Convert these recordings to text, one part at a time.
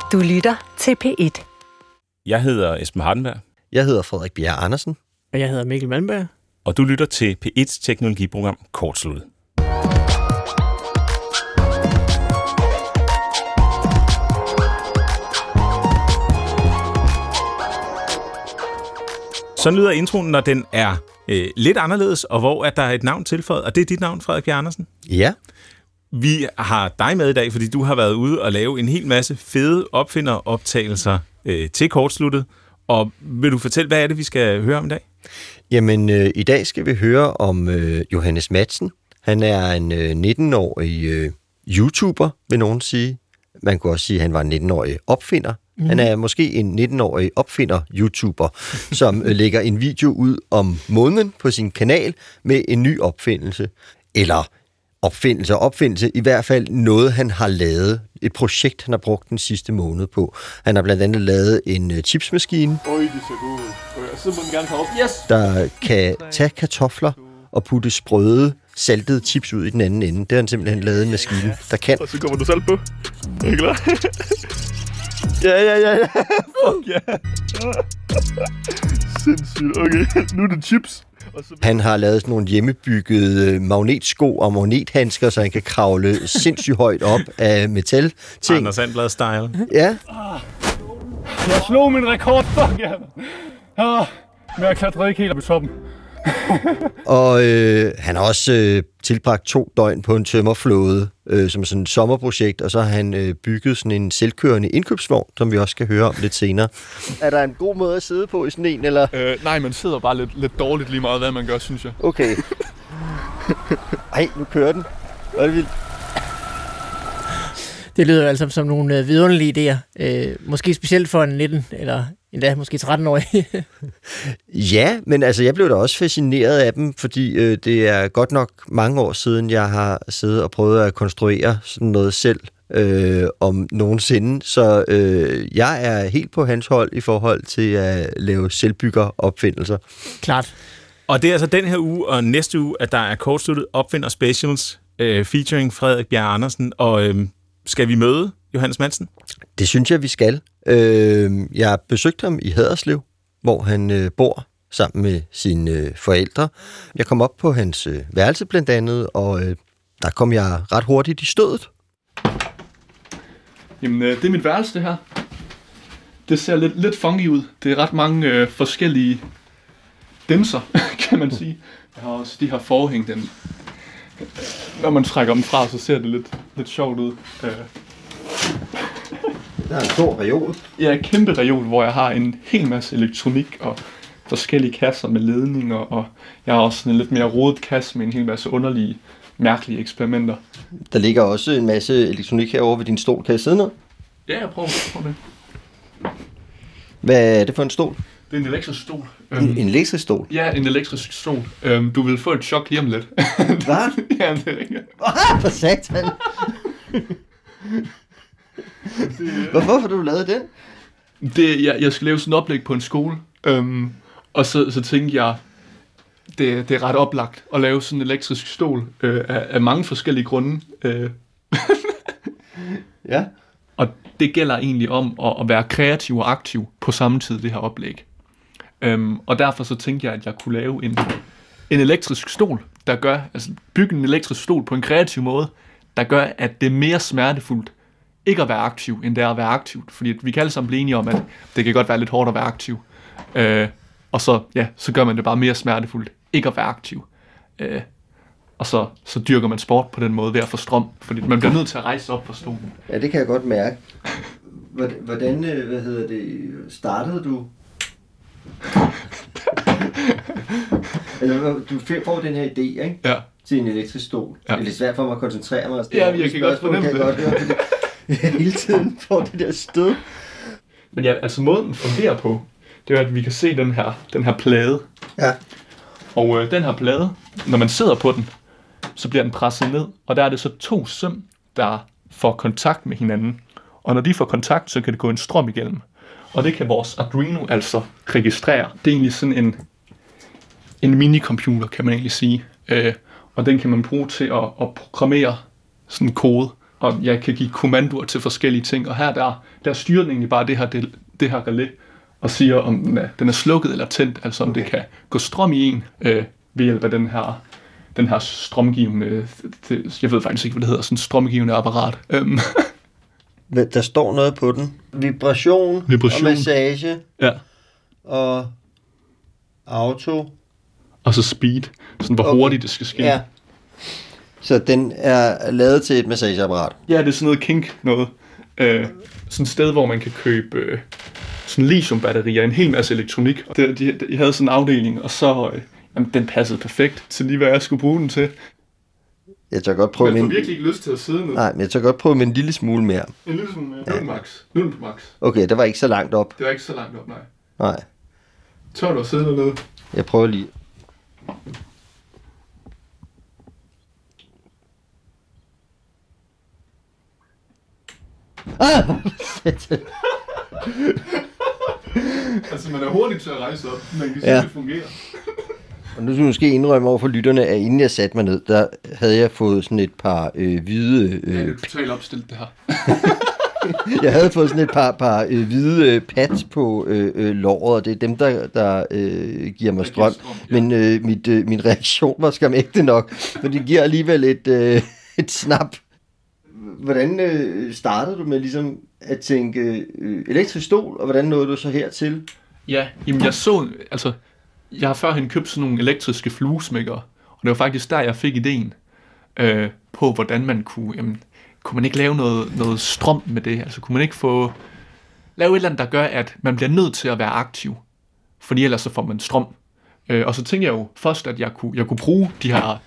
Du lytter til P1. Jeg hedder Esben Hardenberg. Jeg hedder Frederik Bjerre Andersen. Og jeg hedder Mikkel Malmberg. Og du lytter til P1's teknologiprogram Kortsluttet. Så lyder introen, når den er lidt anderledes, og hvor der er et navn tilføjet, og det er dit navn, Frederik Bjerre Andersen. Ja. Vi har dig med i dag, fordi du har været ude og lave en hel masse fede opfinderoptagelser til Kortsluttet. Og vil du fortælle, hvad er det, vi skal høre om i dag? Jamen, i dag skal vi høre om Johannes Madsen. Han er en 19-årig YouTuber, vil nogen sige. Man kunne også sige, at han var en 19-årig opfinder. Han er måske en 19-årig opfinder-YouTuber, som lægger en video ud om måneden på sin kanal med en ny opfindelse. Eller opfindelse, i hvert fald noget, han har lavet. Et projekt, han har brugt den sidste måned på. Han har blandt andet lavet en chipsmaskine, Øj, det ser god ud. Jeg simpelthen gerne tage op. Yes! der kan tage kartofler og putte sprøde, saltede chips ud i den anden ende. Det har han simpelthen lavet en maskine, der kan. Og så kommer du salt på. Er I klar? Ja. Fuck ja. Sindssygt. Okay, nu er det chips. Han har lavet sådan nogle hjemmebyggede magnetsko og magnethandsker, så han kan kravle sindssygt højt op af metalting. Anders Sandblad-style. Ja. Jeg slog min rekord. Fuck ja. Men jeg klatrede ikke helt op i toppen. Og han har også tilbragt 2 døgn på en tømmerflåde, som sådan et sommerprojekt, og så har han bygget sådan en selvkørende indkøbsvogn, som vi også skal høre om lidt senere. Er der en god måde at sidde på i sådan en, eller? Nej, man sidder bare lidt dårligt lige meget, hvad man gør, synes jeg. Okay. Ej, nu kører den. Hvor er det vildt. Det lyder altså som nogle vidunderlige idéer. Måske specielt for en 19 eller endda måske 13-årig. Ja, men altså, jeg blev da også fascineret af dem, fordi det er godt nok mange år siden, jeg har siddet og prøvet at konstruere sådan noget selv om nogensinde. Så jeg er helt på hans hold i forhold til at lave selvbyggeropfindelser. Klart. Og det er altså den her uge og næste uge, at der er Kortsluttet opfinder specials featuring Frederik Bjerre Andersen. Og skal vi møde Johannes Madsen? Det synes jeg, vi skal. Jeg besøgte ham i Haderslev, hvor han bor sammen med sine forældre. Jeg kom op på hans værelse blandt andet, og der kom jeg ret hurtigt i stødet. Jamen, det er mit værelse, det her. Det ser lidt funky ud. Det er ret mange forskellige dimser, kan man sige. Jeg har også de her forhæng, når man trækker dem fra, så ser det lidt sjovt ud. Der er en stor reol. Ja, en kæmpe reol, hvor jeg har en hel masse elektronik og forskellige kasser med ledninger, og jeg har også sådan en lidt mere rodet kasse med en hel masse underlige, mærkelige eksperimenter. Der ligger også en masse elektronik herovre ved din stol. Kan jeg sidde ned? Ja, jeg prøver det. Hvad er det for en stol? Det er en elektrisk stol. En elektrisk stol? Ja, en elektrisk stol. Du vil få et chok lige om lidt. Hvad? Ja, det er rigtigt. For satan! Hvorfor har du lavet den? Jeg skal lave sådan en oplæg på en skole, og så tænkte jeg, det er ret oplagt at lave sådan en elektrisk stol af mange forskellige grunde. Ja. Og det gælder egentlig om at være kreativ og aktiv på samme tid, det her oplæg. Og derfor så tænkte jeg, at jeg kunne lave en elektrisk stol, der gør, altså bygge en elektrisk stol på en kreativ måde, der gør, at det er mere smertefuldt ikke at være aktiv, end det er at være aktivt. Fordi vi kan alle sammen blive enige om, at det kan godt være lidt hårdt at være aktiv. Og så gør man det bare mere smertefuldt ikke at være aktiv. Og så dyrker man sport på den måde ved at få strøm, fordi man bliver nødt til at rejse op fra stolen. Ja, det kan jeg godt mærke. Hvordan, startede du? Eller du får den her idé, ikke? Ja. Til en elektrisk stol. Ja. Det er lidt svært for mig at koncentrere mig. Ja, jeg kan godt fornemme det. Jeg hele tiden får det der stød. Men ja, altså måden den fungerer på, det er, at vi kan se den her plade. Ja. Og den her plade, når man sidder på den, så bliver den presset ned, og der er det så 2 søm, der får kontakt med hinanden. Og når de får kontakt, så kan det gå en strøm igennem. Og det kan vores Arduino altså registrere. Det er egentlig sådan en minicomputer, kan man egentlig sige. Og den kan man bruge til at programmere sådan en kode. og jeg kan give kommandoer til forskellige ting, og her der styrer den egentlig bare det her relæ, og siger, om den er slukket eller tændt, altså om det kan gå strøm i en ved hjælp af den her strømgivende, jeg ved faktisk ikke, hvad det hedder, sådan strømgivende apparat. Der står noget på den. Vibration. Og massage. Ja. Og auto. Og så speed, sådan hvor hurtigt det skal ske. Ja. Så den er lavet til et massageapparat? Ja, det er sådan noget kink noget. Sådan et sted, hvor man kan købe sådan lithiumbatterier, en hel masse elektronik. Og jeg havde sådan en afdeling, og så den passede perfekt til lige, hvad jeg skulle bruge den til. Jeg tør godt prøve men jeg får virkelig ikke lyst til at sidde ned. Nej, men jeg tør godt prøve med en lille smule mere. En lille smule mere? Ja. Nu er den på max. Okay, det var ikke så langt op. Det var ikke så langt op, nej. Nej. Tør du at sidde dernede? Jeg prøver lige. Altså, man er hurtigt til at rejse op. Man kan sige, det fungerer. Og nu skal jeg måske indrømme over for lytterne, at inden jeg satte mig ned, der havde jeg fået sådan et par hvide... det er totalt opstillet, det her. Jeg havde fået sådan et par hvide pads på låret, og det er dem, der giver mig strøm. Ja. Men min reaktion var skam ægte nok, for det giver alligevel et snap. Hvordan startede du med ligesom at tænke elektrisk stol, og hvordan nåede du så hertil? Ja, jamen jeg har førhen købt sådan nogle elektriske fluesmækker, og det var faktisk der, jeg fik ideen på, hvordan man kunne man ikke lave noget strøm med det? Altså kunne man ikke lave et eller andet, der gør, at man bliver nødt til at være aktiv, fordi ellers så får man strøm. Og så tænkte jeg jo først, at jeg kunne bruge de her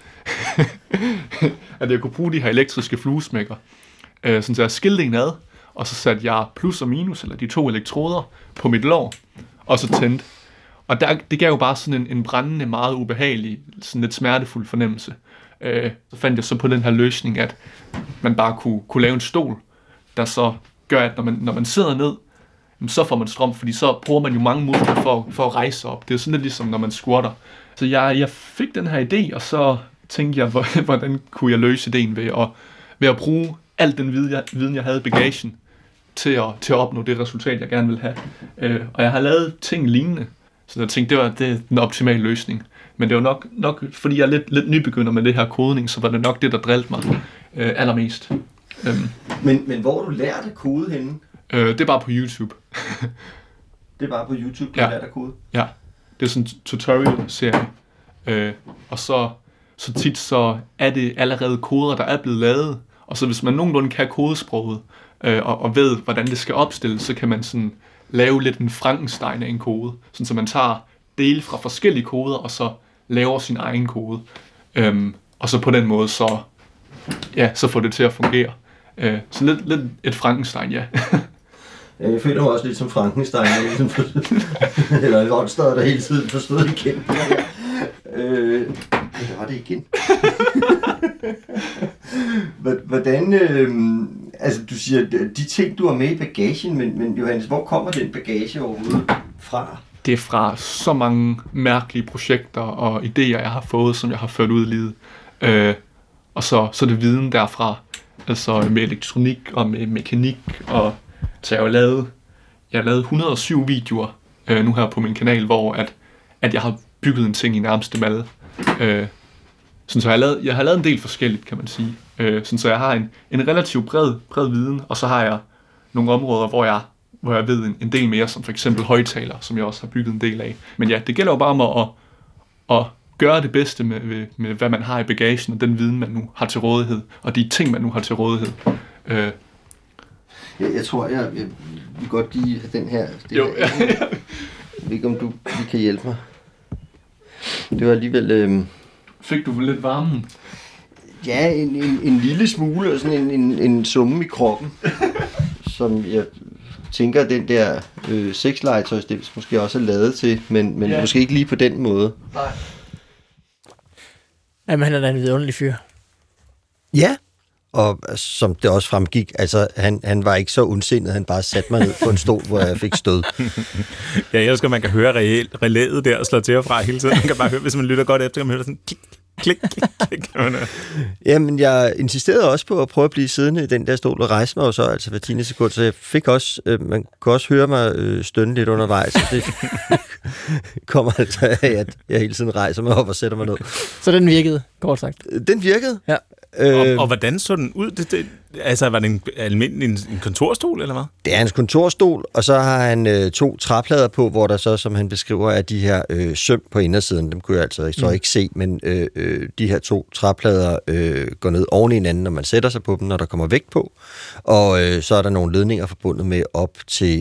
elektriske fluesmækker, sådan så jeg skilte en ad, og så satte jeg plus og minus, eller de 2 elektroder, på mit lår, og så tændte. Og det gav jo bare sådan en brændende, meget ubehagelig, sådan lidt smertefuld fornemmelse. Så fandt jeg så på den her løsning, at man bare kunne lave en stol, der så gør, at når man sidder ned, så får man strøm, fordi så bruger man jo mange muskler for at rejse op. Det er sådan lidt ligesom, når man squatter. Så jeg fik den her idé, og så tænkte jeg, hvordan kunne jeg løse ideen ved at bruge al den viden, jeg havde i bagagen, til at opnå det resultat, jeg gerne vil have. Og jeg har lavet ting lignende, så jeg tænkte, det er den optimale løsning. Men det var nok fordi jeg er lidt nybegynder med det her kodning, så var det nok det, der drillede mig allermest. Men hvor du lærte kode henne? Det er bare på YouTube. Det er bare på YouTube, du lærte at kode? Ja, det er sådan en tutorial-serie. Og så tit så er det allerede koder, der er blevet lavet. Og så hvis man nogenlunde kan kodesproget, og ved, hvordan det skal opstilles, så kan man sådan lave lidt en Frankenstein af en kode. Sådan så man tager dele fra forskellige koder, og så laver sin egen kode. Og så på den måde, så får det til at fungere. Så lidt et Frankenstein, ja. Jeg føler mig også lidt som Frankenstein, eller et monster, der hele tiden forstod igen. Det var det igen. Hvordan, altså du siger, de ting, du har med i bagagen, men Johannes, hvor kommer den bagage overhovedet fra? Det er fra så mange mærkelige projekter og idéer, jeg har fået, som jeg har ført ud i livet. Og så er det viden derfra, altså med elektronik og med mekanik. Og så jeg har lavet 107 videoer nu her på min kanal, hvor at jeg har bygget en ting i nærmeste malle. Så jeg har lavet en del forskelligt, kan man sige. Så jeg har en relativt bred viden, og så har jeg nogle områder, hvor jeg ved en del mere, som for eksempel højtaler, som jeg også har bygget en del af. Men ja, det gælder jo bare om at gøre det bedste med hvad man har i bagagen, og den viden, man nu har til rådighed, og de ting, man nu har til rådighed. Jeg tror, jeg vil godt give den her. Jo, ja. Jeg ved ikke, om du kan hjælpe mig. Det var alligevel... Fik du vel lidt varmen? Ja, en lille smule, og sådan en summe i kroppen, som jeg tænker, den der sexlegetøjsdims måske også er lavet til, men måske ikke lige på den måde. Nej. Jamen, han er da en vidunderlig fyr. Ja, og som det også fremgik, altså han var ikke så ondsindet, han bare satte mig ned på en stol, hvor jeg fik stød. Jeg elsker, at man kan høre relæet der og slå til og fra hele tiden. Man kan bare høre, hvis man lytter godt efter, kan man høre sådan... Klik, klik. Jamen, jeg insisterede også på at prøve at blive siddende i den der stol og rejse mig jo så altså hver 10. sekund, så jeg fik også, man kunne også høre mig stønne lidt undervejs, og det kommer altså af, at jeg hele tiden rejser mig op og sætter mig ned. Så den virkede, kort sagt? Den virkede. Ja. Og hvordan så den ud? Altså, var det en kontorstol, eller hvad? Det er hans kontorstol, og så har han 2 træplader på, hvor der så, som han beskriver, er de her søm på indersiden. Dem kunne jeg altså så ikke se, men de her 2 træplader går ned oven i hinanden, når man sætter sig på dem, når der kommer vægt på. Og så er der nogle ledninger forbundet med op til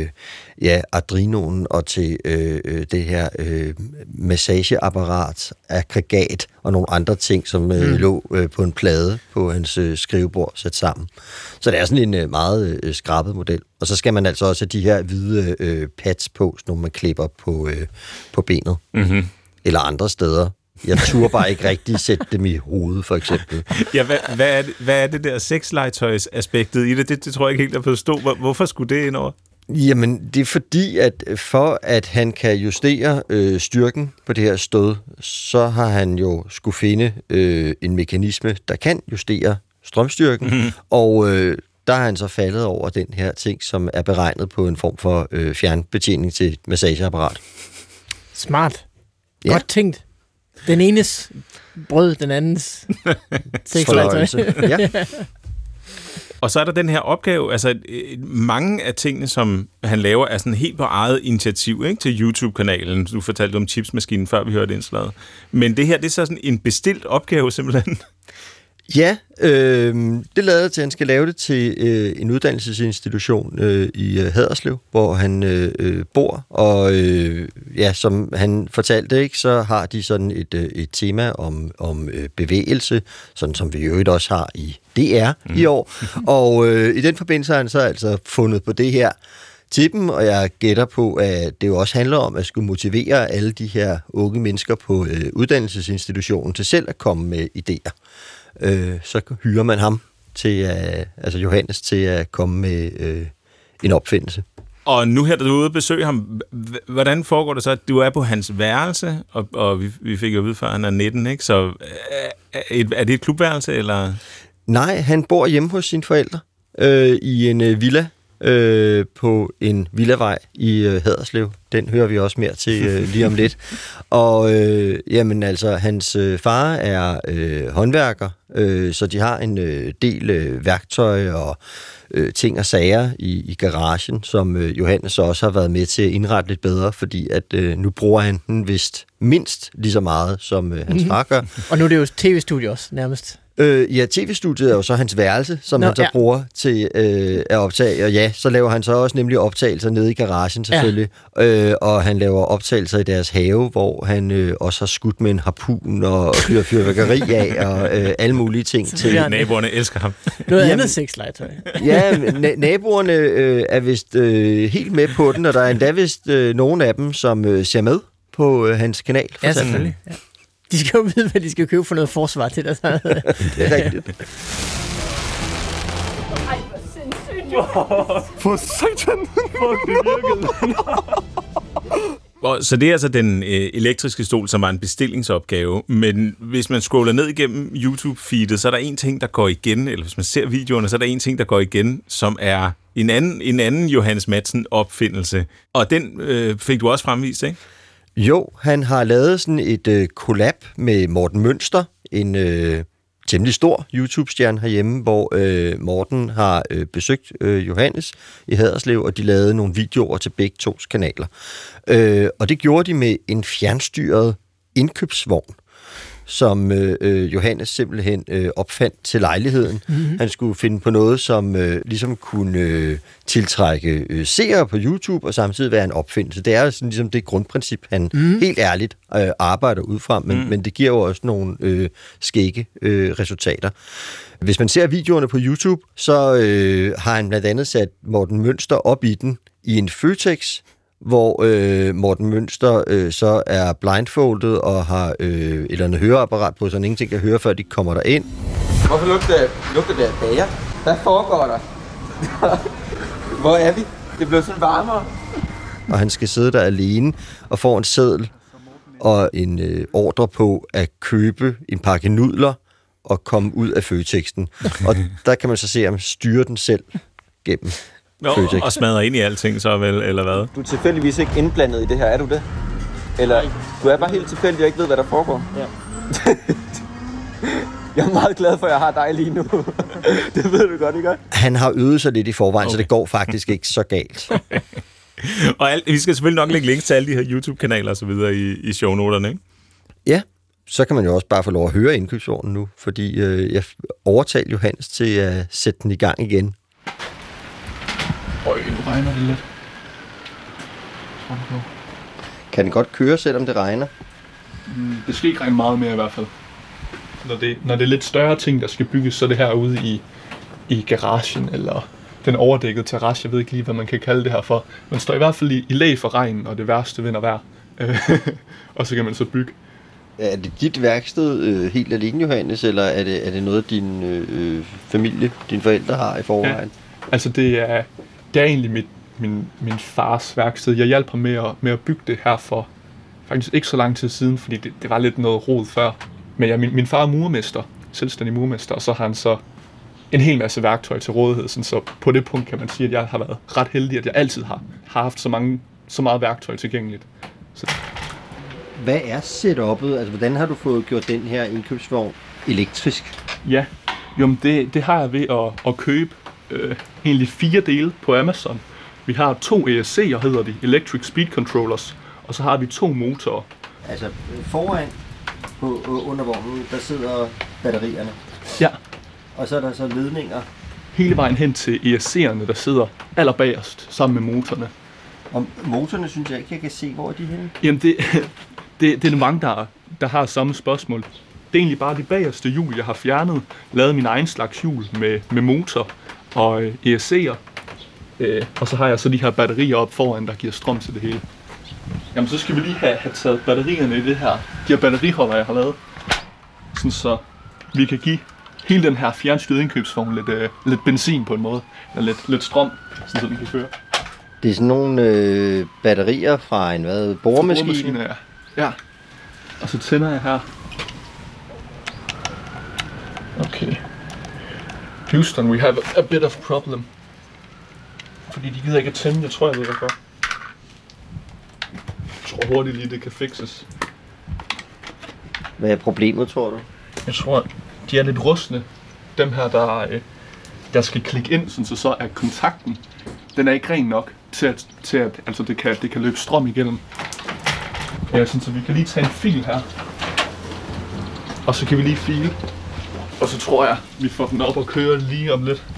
Arduinoen og til det her massageapparat, aggregat og nogle andre ting, som lå på en plade på hans skrivebord sat sammen. Så det er sådan en meget skrabet model. Og så skal man altså også have de her hvide pads på, når man klipper på benet. Mm-hmm. Eller andre steder. Jeg turde bare ikke rigtig sætte dem i hovedet, for eksempel. Ja, hvad er det der sexlegetøjsaspektet i det? Det tror jeg ikke helt, jeg forstå. Hvorfor skulle det ind over? Jamen, det er fordi, at for at han kan justere styrken på det her stød, så har han jo skulle finde en mekanisme, der kan justere strømstyrken, og der har han så faldet over den her ting, som er beregnet på en form for fjernbetjening til et massageapparat. Smart. Ja. Godt tænkt. Den enes brød, den andens sexlegetøj. Ja. Og så er der den her opgave, altså mange af tingene, som han laver, er sådan helt på eget initiativ, ikke, til YouTube-kanalen. Du fortalte om chipsmaskinen, før vi hørte indslaget. Men det her, det er så sådan en bestilt opgave simpelthen. Ja, det lader til, at han skal lave det til en uddannelsesinstitution i Haderslev, hvor han bor, og som han fortalte, ikke, så har de sådan et tema om bevægelse, sådan som vi jo også har i DR i år, og i den forbindelse har han så altså fundet på det her til dem, og jeg gætter på, at det jo også handler om at skulle motivere alle de her unge mennesker på uddannelsesinstitutionen til selv at komme med idéer. Så hyrer man ham til, altså Johannes, til at komme med en opfindelse. Og nu her, da du er ude og besøge ham, hvordan foregår det så, at du er på hans værelse, og vi fik jo at vide før, han er 19, ikke? Så er det et klubværelse, eller? Nej, han bor hjemme hos sine forældre i en villa på en villavej i Haderslev. Den hører vi også mere til lige om lidt. Og jamen altså, hans far er håndværker, så de har en del værktøj og ting og sager i garagen, som Johannes så også har været med til at indrette lidt bedre, fordi at nu bruger han den vist mindst lige så meget, som hans far gør. Og nu er det jo tv-studie også, nærmest. Ja, tv-studiet er jo så hans værelse, som han så bruger til at optage, og ja, så laver han så også nemlig optagelser nede i garagen selvfølgelig, og han laver optagelser i deres have, hvor han også har skudt med en harpun og fyrer fyrværkeri af, og alle mulige ting til. Naboerne elsker ham. Noget andet sexlegetøj. Ja, naboerne er vist helt med på den, og der er endda vist nogen af dem, som ser med på hans kanal. Ja, selvfølgelig. Ja. De skal jo vide, hvad de skal købe for noget forsvar til dig. Det er rigtigt. Ej, hvor sindssygt. For satan! Fuck, det virkede. Så det er altså den elektriske stol, som var en bestillingsopgave. Men hvis man scroller ned igennem YouTube-feedet, så er der en ting, der går igen, eller hvis man ser videoerne, så er der en ting, der går igen, som er en anden Johannes Madsen-opfindelse. Og den fik du også fremvist, ikke? Jo, han har lavet sådan et collab med Morten Mønster, en temmelig stor YouTube-stjerne herhjemme, hvor Morten har besøgt Johannes i Haderslev, og de lavede nogle videoer til begge tos kanaler. Og det gjorde de med en fjernstyret indkøbsvogn, som Johannes simpelthen opfandt til lejligheden. Mm-hmm. Han skulle finde på noget, som ligesom kunne tiltrække seere på YouTube, og samtidig være en opfindelse. Det er sådan, ligesom det grundprincip, han helt ærligt arbejder ud fra, men det giver jo også nogle skægge resultater. Hvis man ser videoerne på YouTube, så har han blandt andet sat Morten Mønster op i den i en Føtex, hvor Morten Mønster så er blindfoldet og har et eller andet høreapparat på, så han ingenting kan høre, før de kommer derind. Hvorfor lugter det af bager? Hvad foregår der? Hvor er vi? Det blev sådan varmere. Og han skal sidde der alene og får en seddel og en ordre på at købe en pakke nudler og komme ud af Føtexen. Og der kan man så se, at man styrer den selv gennem Føtex. Og smadrer ind i alting så vel, eller hvad? Du er tilfældigvis ikke indblandet i det her, er du det? Eller du er bare helt tilfældig og ikke ved, hvad der foregår? Ja. Jeg er meget glad for, at jeg har dig lige nu. Det ved du godt, ikke? Han har øvet sig lidt i forvejen, så det går faktisk ikke så galt. Og vi skal selvfølgelig nok lægge links til alle de her YouTube-kanaler og så videre i shownoterne, ikke? Ja, så kan man jo også bare få lov at høre indkøbsvognen nu, fordi jeg overtalte Johannes til at sætte den i gang igen. Øj, nu regner det lidt. Kan den godt køre, selvom det regner? Det skal ikke regne meget mere i hvert fald. Når det er lidt større ting, der skal bygges, så er det herude i garagen, eller den overdækkede terrasse. Jeg ved ikke lige, hvad man kan kalde det her for. Man står i hvert fald i læ for regn, og det værste vind og vejr. Og så kan man så bygge. Er det dit værksted helt alene, Johannes, eller er det noget, din familie, dine forældre har i forvejen? Ja, altså det er egentlig min fars værksted. Jeg hjalp ham med at bygge det her for faktisk ikke så lang tid siden, fordi det var lidt noget rod før. Men min far er murmester, selvstændig murmester, og så har han så en hel masse værktøj til rådighed. Så på det punkt kan man sige, at jeg har været ret heldig, at jeg altid har haft så meget værktøj tilgængeligt. Så. Hvad er setup'et? Altså, hvordan har du fået gjort den her indkøbsvogn elektrisk? Ja, jo, det har jeg ved at købe egentlig 4 dele på Amazon. Vi har 2 ESC'er, hedder de, Electric Speed Controllers, og så har vi 2 motorer. Altså, foran under vognen, der sidder batterierne. Ja. Og så er der så ledninger. Hele vejen hen til ESC'erne, der sidder allerbagerst sammen med motorerne. Og motorerne synes jeg ikke, jeg kan se, hvor er de henne? Jamen, det er mange, der har samme spørgsmål. Det er egentlig bare de bagerste hjul, jeg har fjernet. Lavet min egen slags hjul med motor og ESC'er. Og så har jeg så de her batterier op foran, der giver strøm til det hele. Jamen, så skal vi lige have taget batterierne i det her. De her batteriholder, jeg har lavet. Sådan så vi kan give hele den her fjernstyrede indkøbsvogn lidt benzin på en måde. Eller lidt strøm, sådan så den kan køre. Det er sådan nogle batterier fra en boremaskine? Ja. Og så tænder jeg her. Okay. Houston, we have a bit of problem. Fordi de gider ikke at tænde, jeg tror, jeg ved hvorfor. Jeg tror hurtigt lige, det kan fixes. Hvad er problemet, tror du? Jeg tror, de er lidt rustne. Dem her, der skal klikke ind, så er kontakten, den er ikke ren nok til at altså det kan løbe strøm igennem. Ja, så vi kan lige tage en fil her. Og så kan vi lige file. Og så tror jeg, vi får den op og køre lige om lidt.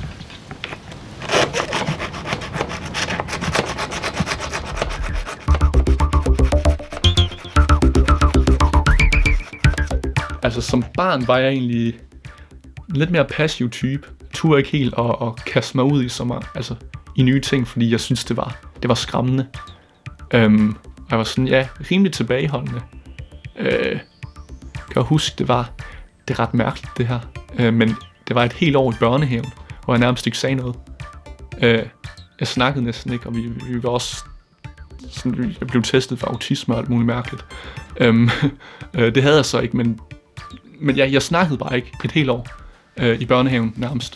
Altså som barn var jeg egentlig en lidt mere passiv type. Turde ikke helt at kaste mig ud i nye ting, fordi jeg synes det var skræmmende. Jeg var sådan, rimelig tilbageholdende. Kan jeg huske, det er ret mærkeligt det her. Men det var et helt år i børnehaven, hvor jeg nærmest ikke sagde noget. Jeg snakkede næsten ikke, og vi var også sådan, jeg blev testet for autisme og alt muligt mærkeligt. Det havde jeg så ikke, men jeg snakkede bare ikke et helt år i børnehaven nærmest.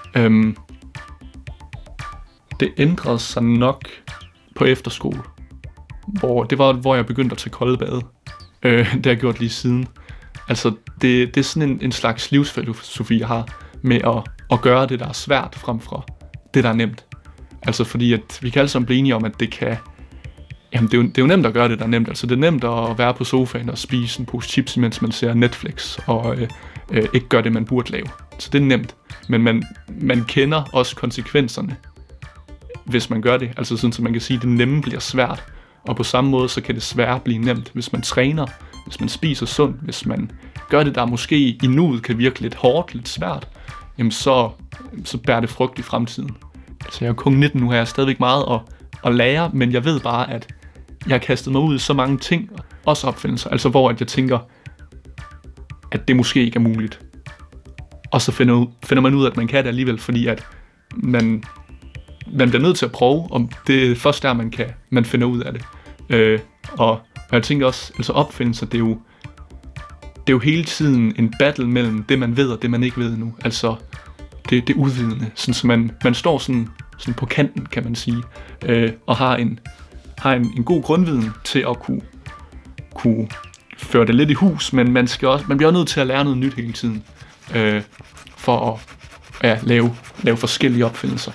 Det ændrede sig nok på efterskole, hvor jeg begyndte at tage kolde bade. Det har jeg gjort lige siden. Altså, det er sådan en slags livsfilosofi, jeg har med at gøre det, der er svært, frem for det, der er nemt. Altså, fordi at vi kan alle sammen blive enige om, at det kan... Jamen, det er jo nemt at gøre det, der er nemt. Altså, det er nemt at være på sofaen og spise en pose chips, mens man ser Netflix, og ikke gøre det, man burde lave. Så det er nemt. Men man kender også konsekvenserne, hvis man gør det. Altså, sådan, så man kan sige, at det nemme bliver svært. Og på samme måde, så kan det svære blive nemt, hvis man træner, hvis man spiser sundt, hvis man gør det, der måske i nuet kan virke lidt hårdt, lidt svært, jamen så bærer det frugt i fremtiden. Altså, jeg er kun 19 nu, har jeg stadigvæk meget at lære, men jeg ved bare, at jeg har kastet mig ud i så mange ting, også opfindelser, altså hvor at jeg tænker, at det måske ikke er muligt. Og så finder man ud af, at man kan det alligevel, fordi at man bliver nødt til at prøve, om det er først der, man finder ud af det. Og Og jeg tænker også, altså opfindelser, det er jo hele tiden en battle mellem det, man ved og det, man ikke ved nu. Altså, det udvidende. Sådan, så man står sådan på kanten, kan man sige, og har en god grundviden til at kunne føre det lidt i hus, men man bliver nødt til at lære noget nyt hele tiden, for at lave forskellige opfindelser.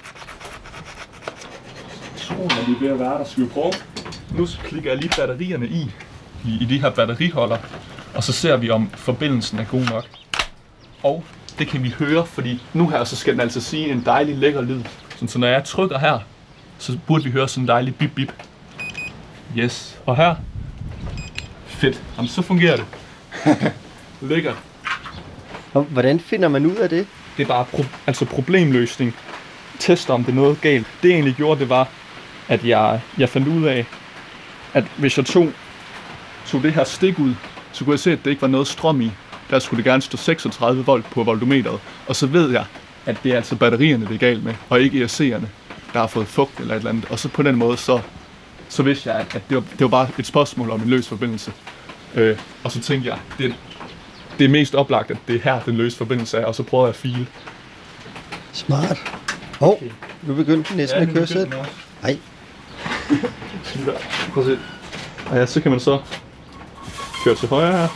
Solen er lige ved at være der, skal vi prøve. Nu klikker jeg lige batterierne i de her batteriholder, og så ser vi, om forbindelsen er god nok. Og det kan vi høre, fordi nu her, så skal den altså sige en dejlig lækker lyd. Så når jeg trykker her, så burde vi høre sådan en dejlig bip bip. Yes, og her. Fedt, jamen så fungerer det. Lækkert. Og hvordan finder man ud af det? Det er bare problemløsning. Tester, om det er noget galt. Det jeg egentlig gjorde, det var, at jeg fandt ud af, at hvis jeg tog det her stik ud, så kunne jeg se, at det ikke var noget strøm i. Der skulle det gerne stå 36 volt på voltometeret. Og så ved jeg, at det er altså batterierne, det er galt med, og ikke ESC'erne, der har fået fugt eller et eller andet. Og så på den måde, så vidste jeg, at det var bare et spørgsmål om en løs forbindelse. Og så tænkte jeg, det er mest oplagt, at det er her, den løse forbindelse er, og så prøvede jeg at file. Smart. Okay. Nu begyndte den næsten at køre selv. Nej. Prøv at se. Og ja, så kan man så køre til højre her.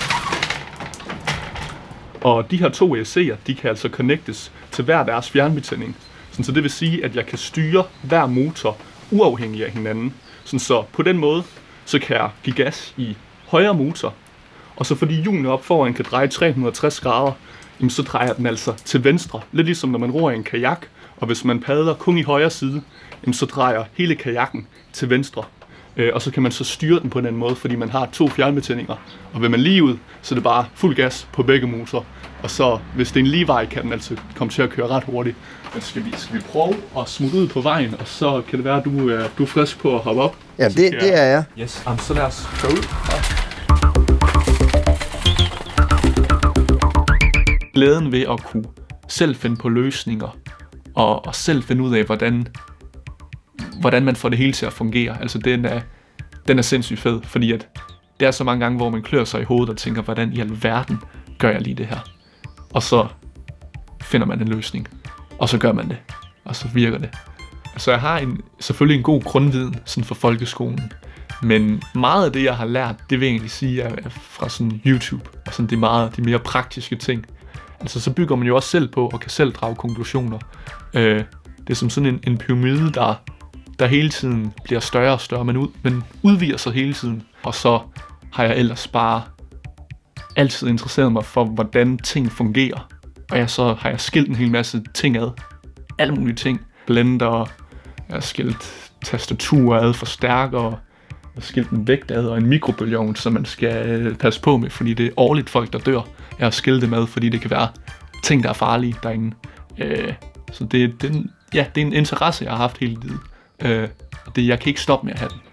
Og de her 2 ESC'er, de kan altså connectes til hver deres fjernbetjening. Så det vil sige, at jeg kan styre hver motor uafhængig af hinanden. Så på den måde, så kan jeg give gas i højre motor. Og så fordi hjulene op foran kan dreje 360 grader, så drejer den altså til venstre. Lidt ligesom når man roer i en kajak, og hvis man padler kun i højre side, så drejer hele kajakken til venstre. Og så kan man så styre den på den måde, fordi man har 2 fjernbetjeninger. Og vil man lige ud, så er det bare fuld gas på begge motorer. Og så, hvis det er en lige vej, kan den altså komme til at køre ret hurtigt. Men skal vi prøve at smutte ud på vejen, og så kan det være, at du er frisk på at hoppe op? Ja, det er jeg. Yes, så lad os gå ud. Glæden ved at kunne selv finde på løsninger, og selv finde ud af, hvordan man får det hele til at fungere. Altså, den er sindssygt fed, fordi at det er så mange gange, hvor man klør sig i hovedet og tænker, hvordan i alverden gør jeg lige det her? Og så finder man en løsning, og så gør man det, og så virker det. Så jeg har selvfølgelig en god grundviden sådan for folkeskolen, men meget af det, jeg har lært, det vil jeg egentlig sige, er fra sådan YouTube, og sådan de mere praktiske ting. Altså, så bygger man jo også selv på, og kan selv drage konklusioner. Det er som sådan en pyramide, der hele tiden bliver større og større, men udvider sig hele tiden. Og så har jeg ellers bare altid interesseret mig for, hvordan ting fungerer. Og så har jeg skilt en hel masse ting ad. Alle mulige ting. Blender, jeg har skilt tastaturer ad, forstærkere, jeg har skilt en vægt ad og en mikrobølgeovn, som man skal passe på med, fordi det er årligt folk, der dør. Jeg har skilt det med, fordi det kan være ting, der er farlige derinde. Så det er en interesse, jeg har haft hele tiden. Jeg kan ikke stoppe med at have den.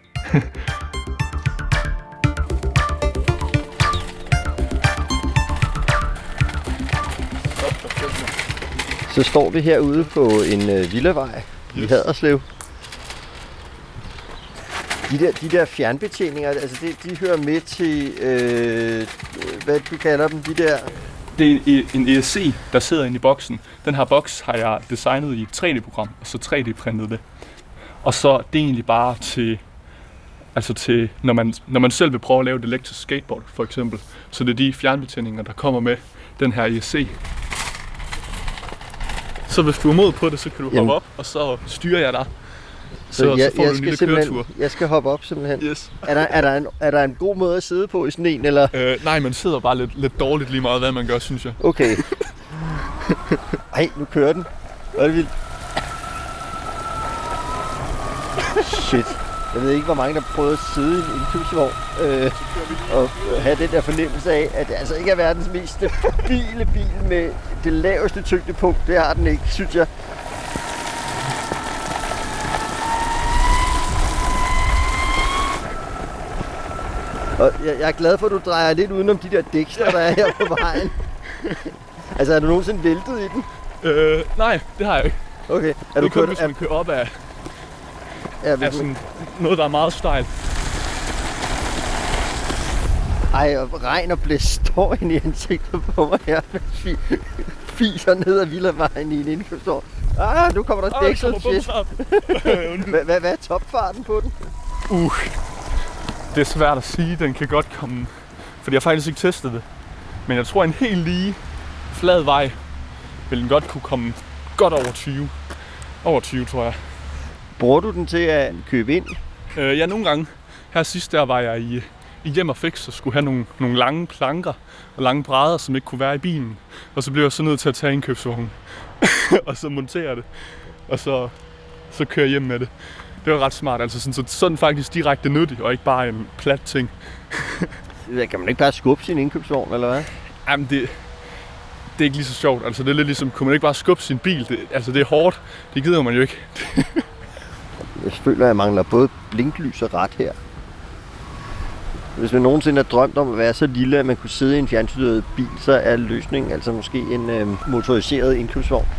Så står vi herude på en villavej i Haderslev. De der fjernbetjeninger, altså de hører med til, hvad du kalder dem, de der... Det er en ESC, der sidder inde i boksen. Den her boks har jeg designet i et 3D-program, og så 3D-printet det. Og så det er egentlig bare til når man selv vil prøve at lave et elektrisk skateboard, for eksempel. Så det er de fjernbetjeninger, der kommer med den her ESC. Så hvis du er mod på det, så kan du hoppe op, og så styrer jeg dig. Så får du en lille køretur. Jeg skal hoppe op simpelthen. Yes. Er der en god måde at sidde på i sådan en, eller? Nej, man sidder bare lidt dårligt lige meget, hvad man gør, synes jeg. Okay. Ej, nu kører den. Hvor er det vildt. Shit. Jeg ved ikke, hvor mange der prøvede at sidde i en indkøbsvogn og have den der fornemmelse af, at det altså ikke er verdens mest stabile bil med det laveste tyngdepunkt. Det har den ikke, synes jeg. Og jeg er glad for, at du drejer lidt udenom de der dæksler, der er her på vejen. Altså, er du nogensinde væltet i den? Nej, det har jeg ikke. Okay. Er du kørt, hvis man kører op af sådan noget, der er meget stejlt. Ej, og regn og blæst står ind i ansigtet på mig her. Fiser ned ad Villavejen i en indkøbsvogn. Nu kommer der dæksel shit. Hvad er topfarten på den? Det er svært at sige. Den kan godt komme... Fordi jeg har faktisk ikke testet det. Men jeg tror, en helt lige flad vej vil den godt kunne komme godt over 20. Over 20, tror jeg. Bruger du den til at købe ind? Ja, nogle gange. Her sidst der var jeg i Hjem og Fix og skulle have nogle lange planker og lange brædder, som ikke kunne være i bilen. Og så blev jeg så nødt til at tage indkøbsvognen og så montere det. Og så køre hjem med det. Det var ret smart. Altså sådan faktisk direkte nyttig og ikke bare en plat ting. Kan man ikke bare skubbe sin indkøbsvogn, eller hvad? Jamen, det er ikke lige så sjovt. Altså, det er lidt ligesom, kunne man ikke bare skubbe sin bil? Det er hårdt. Det gider man jo ikke. Jeg føler, at jeg mangler både blinklys og ret her. Hvis man nogensinde har drømt om at være så lille, at man kunne sidde i en fjernstyret bil, så er løsningen altså måske en motoriseret indkøbsvogn.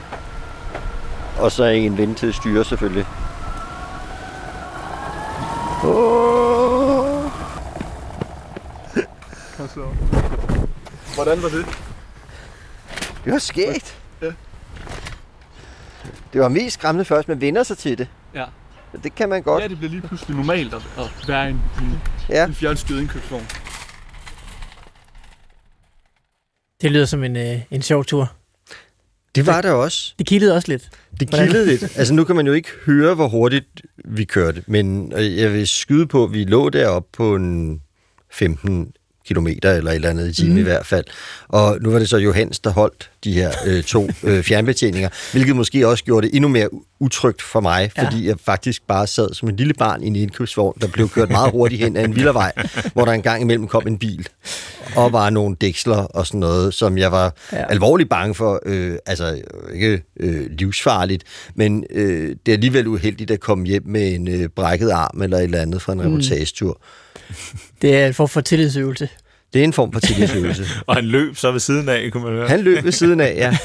Og så en ven til at styre, selvfølgelig. Hvordan var det? Det var skægt. Ja. Det var mest skræmmende først, man vender sig til det. Ja. Det kan man godt. Ja, det bliver lige pludselig normalt at være en fjernstyret indkøbsvogn. Det lyder som en sjov tur. Det var det også. Det kildede også lidt. Det kildede lidt. Altså nu kan man jo ikke høre, hvor hurtigt vi kørte, men jeg vil skyde på, at vi lå deroppe på en 15 kilometer eller et eller andet i timen i hvert fald. Og nu var det så Johannes, der holdt de her 2 fjernbetjeninger, hvilket måske også gjorde det endnu mere utrygt for mig, fordi jeg faktisk bare sad som en lille barn i en indkøbsvogn, der blev kørt meget hurtigt hen ad en villavej, hvor der engang imellem kom en bil, og var nogle dæksler og sådan noget, som jeg var alvorligt bange for. Altså ikke livsfarligt, men det er alligevel uheldigt at komme hjem med en brækket arm eller et eller andet fra en reportagetur. Det er en form for tillidsøvelse. Det er en form for tillidsøvelse. Og han løb så ved siden af, kunne man høre. Han løb ved siden af, ja.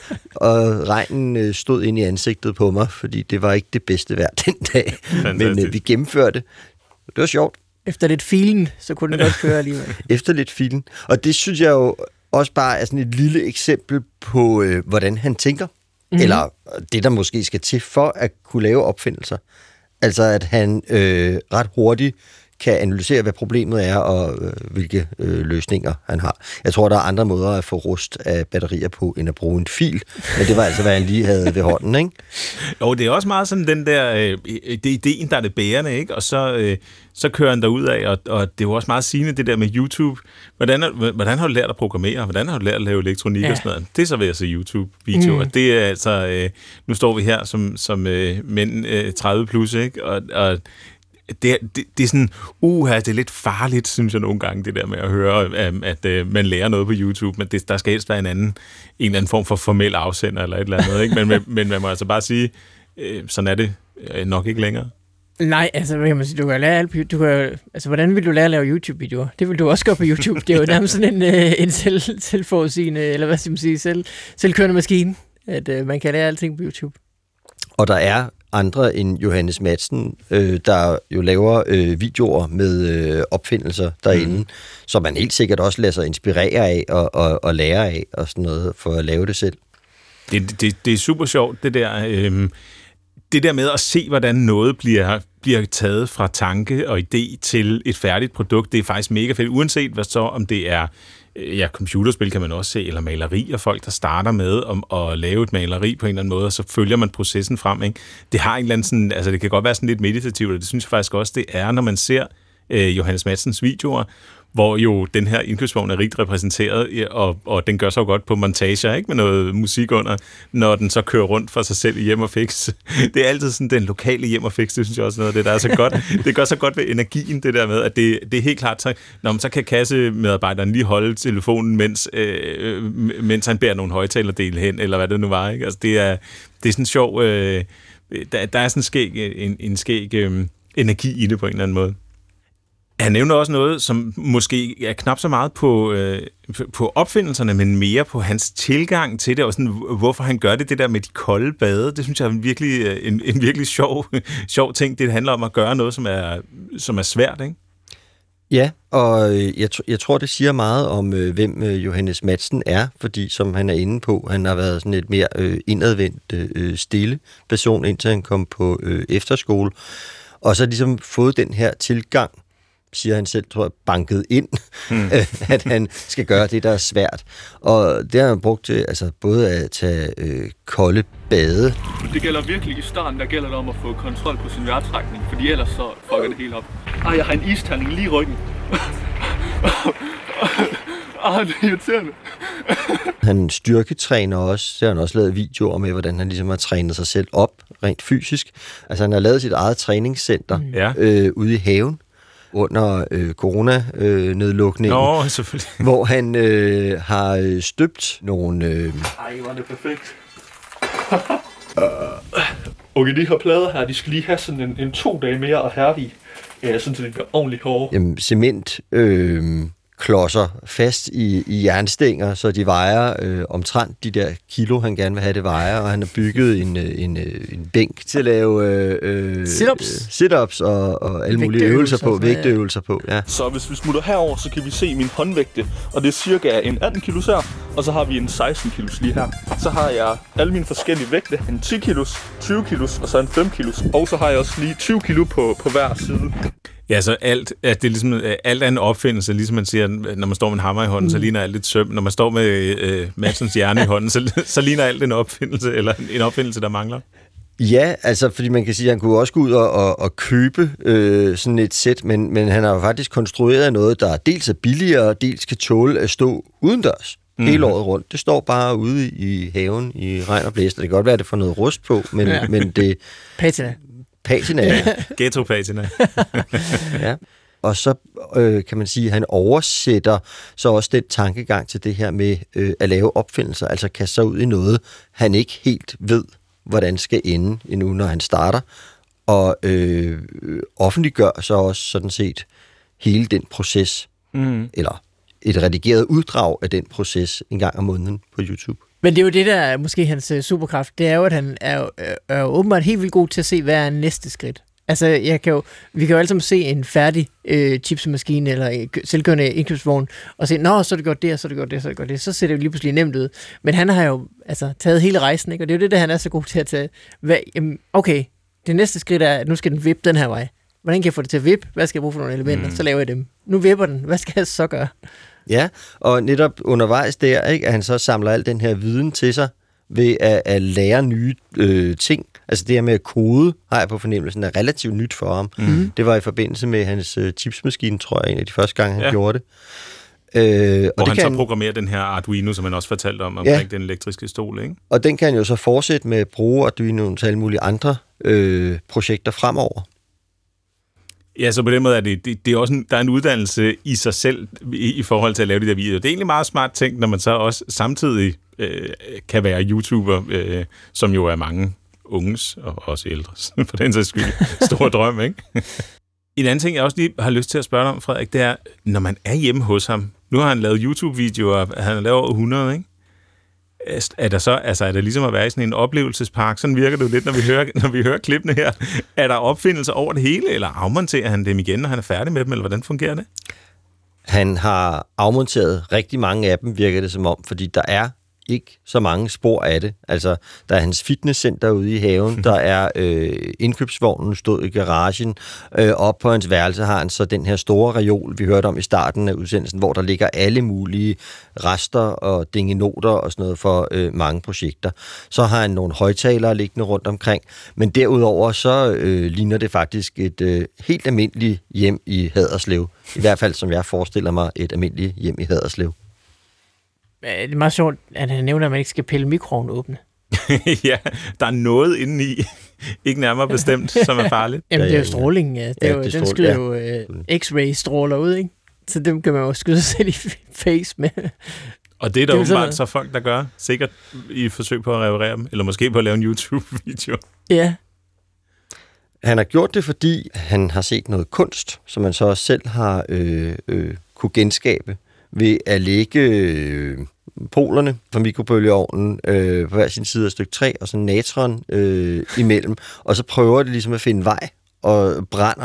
Og regnen stod ind i ansigtet på mig, fordi det var ikke det bedste vejr den dag. Men vi gennemførte. Det var sjovt. Efter lidt filen, så kunne den godt køre alligevel. Efter lidt filen. Og det synes jeg jo også bare er sådan et lille eksempel på, hvordan han tænker. Mm-hmm. Eller det, der måske skal til for at kunne lave opfindelser. Altså, at han ret hurtigt kan analysere, hvad problemet er, og hvilke løsninger han har. Jeg tror, der er andre måder at få rust af batterier på, end at bruge en fil. Men det var altså, hvad han lige havde ved hånden, ikke? Jo, det er også meget sådan den der, det er ideen, der er det bærende, ikke? Og så kører han derud af, og det er jo også meget sigende, det der med YouTube. Hvordan har du lært at programmere? Hvordan har du lært at lave elektronik og sådan noget? Det er så ved at se YouTube-videoer. Det er altså, nu står vi her som mænd 30 plus, ikke? Og det er sådan, det er lidt farligt, synes jeg nogle gange, det der med at høre, at man lærer noget på YouTube, men der skal helst være en eller anden form for formel afsender eller et eller andet, ikke? Men man må altså bare sige, sådan er det nok ikke længere. Nej, altså, hvad kan man sige, du kan lære alt, altså, hvordan vil du lære at lave YouTube-videoer? Det vil du også gøre på YouTube. Det er jo nærmest sådan en selvforudsigende, eller hvad skal man sige, selvkørende maskine, at man kan lære alting på YouTube. Og der er andre end Johannes Madsen, der jo laver videoer med opfindelser derinde, som man helt sikkert også lader sig inspirere af og lære af og sådan noget for at lave det selv. Det er super sjovt, det der med at se, hvordan noget bliver taget fra tanke og idé til et færdigt produkt. Det er faktisk mega fedt, uanset hvad så, om det er computerspil kan man også se, eller maleri, og folk, der starter med at lave et maleri på en eller anden måde, og så følger man processen frem, ikke? Det har en eller anden sådan, altså det kan godt være sådan lidt meditativt, og det synes jeg faktisk også, det er, når man ser Johannes Madsens videoer, hvor jo den her indkøbsvogn er rigt repræsenteret, og den gør så godt på montager, ikke, med noget musik under, når den så kører rundt for sig selv i Hjem og Fix. Det er altid sådan den lokale Hjem og Fix, det synes jeg også noget af det, der er så godt. Det gør så godt ved energien, det der med, at det er helt klart, så kan kassemedarbejderen lige holde telefonen, mens han bærer nogle højtalerdele hen, eller hvad det nu var, ikke? Altså det er sådan sjov, der er sådan en skæg energi i det på en eller anden måde. Han nævner også noget, som måske er knap så meget på opfindelserne, men mere på hans tilgang til det, og sådan, hvorfor han gør det der med de kolde bade. Det synes jeg er en virkelig sjov ting. Det handler om at gøre noget, som er svært, ikke? Ja, og jeg tror, det siger meget om, hvem Johannes Madsen er, fordi som han er inde på, han har været sådan et mere indadvendt, stille person, indtil han kom på efterskole, og så ligesom fået den her tilgang, siger han selv, tror jeg, banket ind, at han skal gøre det, der er svært. Og det har han brugt til altså, både at tage kolde bade. Det gælder virkelig i starten, der gælder det om at få kontrol på sin vejrtrækning, fordi ellers så fucker det helt op. Jeg har en isterning lige i ryggen. Det er irriterende. Han styrketræner også. Så har han også lavet videoer med, hvordan han ligesom har trænet sig selv op, rent fysisk. Altså han har lavet sit eget træningscenter ude i haven under corona-nedlukningen. Selvfølgelig. Hvor han har støbt nogle... Var det perfekt. Okay, de her plader her, de skal lige have sådan en 2 dage mere at hærde i. Ja, sådan, så det bliver ordentligt hårdt. Jamen, cement klodser fast i jernstænger, så de vejer omtrent de der kilo, han gerne vil have det vejer, og han har bygget en bænk til at lave sit-ups og alle mulige øvelser på, vægtøvelser på. Ja. Så hvis vi smutter herover, så kan vi se min håndvægte, og det er cirka en 18 kilos her, og så har vi en 16 kilos lige her. Så har jeg alle mine forskellige vægte, en 10 kilos, 20 kilos og så en 5 kilos, og så har jeg også lige 20 kilo på hver side. Ja, så alt er ligesom alt er en opfindelse, ligesom man siger, når man står med en hammer i hånden, så ligner alt et søm. Når man står med Madsens hjerne i hånden, så ligner alt en opfindelse, eller en opfindelse, der mangler. Ja, altså, fordi man kan sige, at han kunne også gå ud og købe sådan et sæt, men han har jo faktisk konstrueret noget, der dels er billigere, og dels kan tåle at stå udendørs hele året rundt. Det står bare ude i haven i regn og blæst, og det kan godt være, at det får noget rust på, men det... Patina. Ghetto-patina. Ja. Og så kan man sige, at han oversætter så også den tankegang til det her med at lave opfindelser, altså kaste sig ud i noget, han ikke helt ved, hvordan skal ende endnu, når han starter, og offentliggør så også sådan set hele den proces, eller et redigeret uddrag af den proces en gang om måneden på YouTube. Men det er jo det, der er måske hans superkraft. Det er jo, at han er åbenbart helt vildt god til at se, hvad er næste skridt. Altså, vi kan jo alle sammen se en færdig chipsmaskine eller selvkørende indkøbsvogn, og se, så er det godt det, og så er det godt det, så er det godt det. Så ser det jo lige pludselig nemt ud. Men han har jo taget hele rejsen, ikke? Og det er jo det, der han er så god til at tage. Okay, det næste skridt er, at nu skal den vippe den her vej. Hvordan kan jeg få det til at vippe? Hvad skal jeg bruge for nogle elementer? Så laver jeg dem. Nu vipper den. Hvad skal jeg så gøre? Ja, og netop undervejs der, ikke, at han så samler al den her viden til sig ved at lære nye ting. Altså det her med at kode, har jeg på fornemmelsen, er relativt nyt for ham. Det var i forbindelse med hans chipsmaskine, tror jeg, en af de første gange, han gjorde det. Hvor han så programmerer den her Arduino, som han også fortalte omkring den elektriske stol, ikke? Og den kan han jo så fortsætte med at bruge Arduino til alle mulige andre projekter fremover. Ja, så på den måde er det er også der er en uddannelse i sig selv i forhold til at lave de der videoer. Det er egentlig meget smart tænkt, når man så også samtidig kan være YouTuber, som jo er mange unges og også ældres, for den sags skyld, store drøm, ikke? En anden ting, jeg også lige har lyst til at spørge dig om, Frederik, det er, når man er hjemme hos ham, nu har han lavet YouTube-videoer, han har lavet over 100, ikke? Er der ligesom at være i sådan en oplevelsespark? Sådan virker det jo lidt, når vi hører klippene her. Er der opfindelser over det hele, eller afmonterer han dem igen, når han er færdig med dem, eller hvordan fungerer det? Han har afmonteret rigtig mange af dem, virker det som om, fordi der er ikke så mange spor af det. Altså, der er hans fitnesscenter ude i haven, der er indkøbsvognen stod i garagen, op på hans værelse har han så den her store reol, vi hørte om i starten af udsendelsen, hvor der ligger alle mulige rester og dingenoter og sådan noget for mange projekter. Så har han nogle højtalere liggende rundt omkring, men derudover så ligner det faktisk et helt almindeligt hjem i Haderslev. I hvert fald, som jeg forestiller mig, et almindeligt hjem i Haderslev. Det er meget sjovt, at han nævner, at man ikke skal pille mikroen åbne. Ja, der er noget indeni, ikke nærmere bestemt, som er farligt. Jamen, det er jo stråling. Ja. Den skyder jo X-ray-stråler ud, ikke? Så dem kan man jo skyde sig selv i face med. Og det er der åbenbart så folk, der gør, sikkert i et forsøg på at reparere dem, eller måske på at lave en YouTube-video. Ja. Han har gjort det, fordi han har set noget kunst, som man så også selv har kunne genskabe ved at lægge polerne fra mikrobølgeovnen på hver sin side af stykke træ, og så natron imellem, og så prøver det ligesom at finde vej, og brænder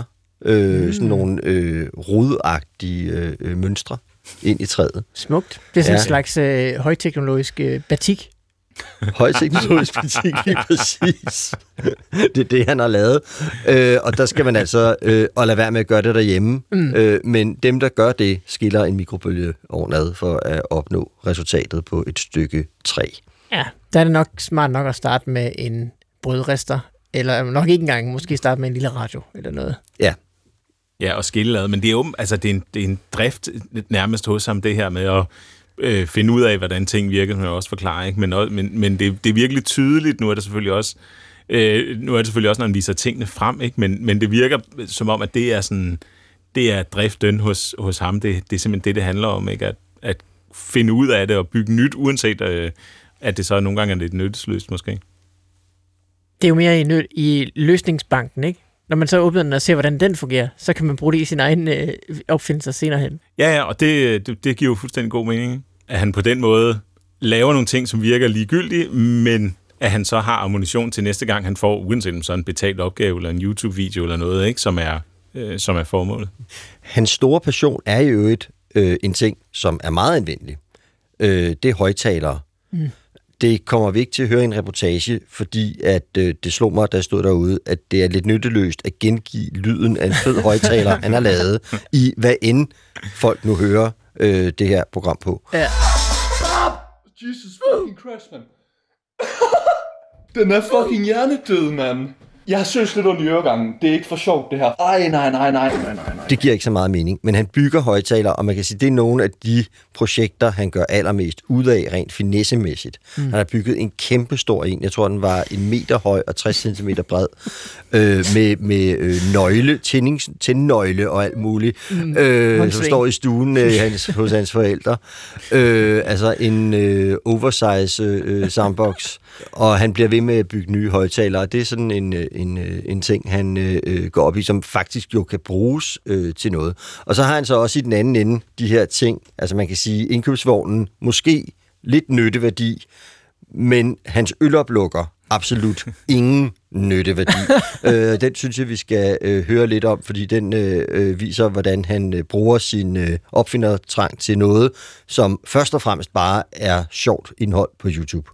sådan nogle rodagtige mønstre ind i træet. Smukt. Det er sådan en slags højteknologisk batik. Højteknologisk batik, lige præcis. Det er det, han har lavet. Og der skal man altså og lade være med at gøre det derhjemme. Men dem, der gør det, skiller en mikrobølgeovn ad for at opnå resultatet på et stykke træ. Ja, der er det nok smart nok at starte med en brødrester, eller nok ikke engang, måske starte med en lille radio eller noget. Ja. Ja, og skille ad. Men det er jo altså, det er en drift nærmest hos ham, det her med at finde ud af, hvordan ting virker, som jeg også forklarer, ikke? Men det er virkelig tydeligt. Nu er det selvfølgelig også, når han viser tingene frem, ikke? Men det virker som om, at det er sådan, det er driften hos ham. Det er simpelthen det handler om, ikke? At finde ud af det og bygge nyt, uanset at det så nogle gange er lidt nyttesløst måske. Det er jo mere i løsningsbanken, ikke? Når man så åbner den og ser, hvordan den fungerer, så kan man bruge det i sin egen opfindelse senere hen. Ja, og det giver jo fuldstændig god mening, ikke? At han på den måde laver nogle ting, som virker ligegyldige, men at han så har ammunition til næste gang, han får, uanset om sådan en betalt opgave eller en YouTube-video eller noget, ikke? Som er formålet. Hans store passion er jo en ting, som er meget anvendelig. Det er højttalere. Det kommer vi ikke til at høre i en reportage, fordi at det slog mig, da jeg stod derude, at det er lidt nytteløst at gengive lyden af en fed højttaler, han har lavet, i hvad end folk nu hører det her program på. Ja. Jesus fucking Christ, man. Den er fucking hjernedød, mand. Jeg har søgt lidt ondt i øregangen. Det er ikke for sjovt, det her. Ej, nej. Det giver ikke så meget mening, men han bygger højttalere, og man kan sige, det er nogle af de projekter, han gør allermest ud af, rent finessemæssigt. Han har bygget en kæmpe stor en. Jeg tror, den var 1 meter høj og 60 cm bred, med nøgle, tændnøgle og alt muligt, som står i stuen hos hans forældre. Altså en oversize soundbox, og han bliver ved med at bygge nye højttalere. Det er sådan en ting, han går op i, som faktisk jo kan bruges til noget. Og så har han så også i den anden ende de her ting, altså man kan sige, indkøbsvognen, måske lidt nytteværdi, men hans øloplukker, absolut ingen nytteværdi. Den synes jeg, vi skal høre lidt om, fordi den viser, hvordan han bruger sin opfindertrang til noget, som først og fremmest bare er sjovt indhold på YouTube.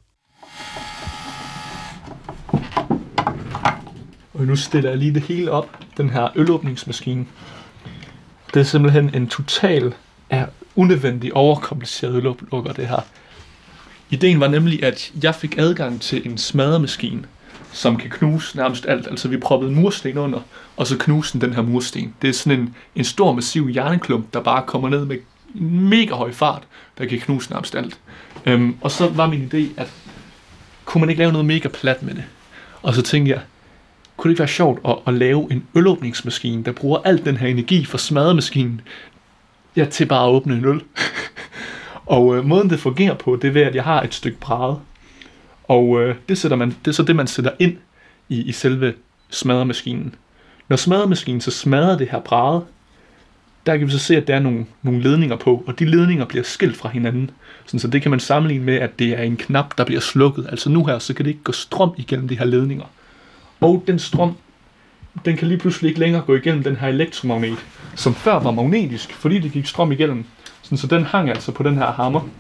Og nu stiller jeg lige det hele op, den her ølåbningsmaskine. Det er simpelthen en total af unødvendig overkompliceret ølåblukker, det her. Ideen var nemlig, at jeg fik adgang til en smadremaskine, som kan knuse nærmest alt. Altså vi proppede en mursten under, og så knuse den her mursten. Det er sådan en stor, massiv jernklump, der bare kommer ned med en mega høj fart, der kan knuse nærmest alt. Og så var min idé, at kunne man ikke lave noget mega plat med det? Og så tænkte jeg, kunne det ikke være sjovt at lave en ølåbningsmaskine, der bruger al den her energi fra smadremaskinen, til bare at åbne en øl. Og måden det fungerer på, det er ved, at jeg har et stykke bræde. Og det er så det, man sætter ind i selve smadremaskinen. Når smadremaskinen så smadrer det her bræde, der kan vi så se, at der er nogle ledninger på, og de ledninger bliver skilt fra hinanden. Så det kan man sammenligne med, at det er en knap, der bliver slukket. Altså nu her, så kan det ikke gå strøm igennem de her ledninger. Og den strøm, den kan lige pludselig ikke længere gå igennem den her elektromagnet, som før var magnetisk, fordi det gik strøm igennem. Så den hang altså på den her hammer.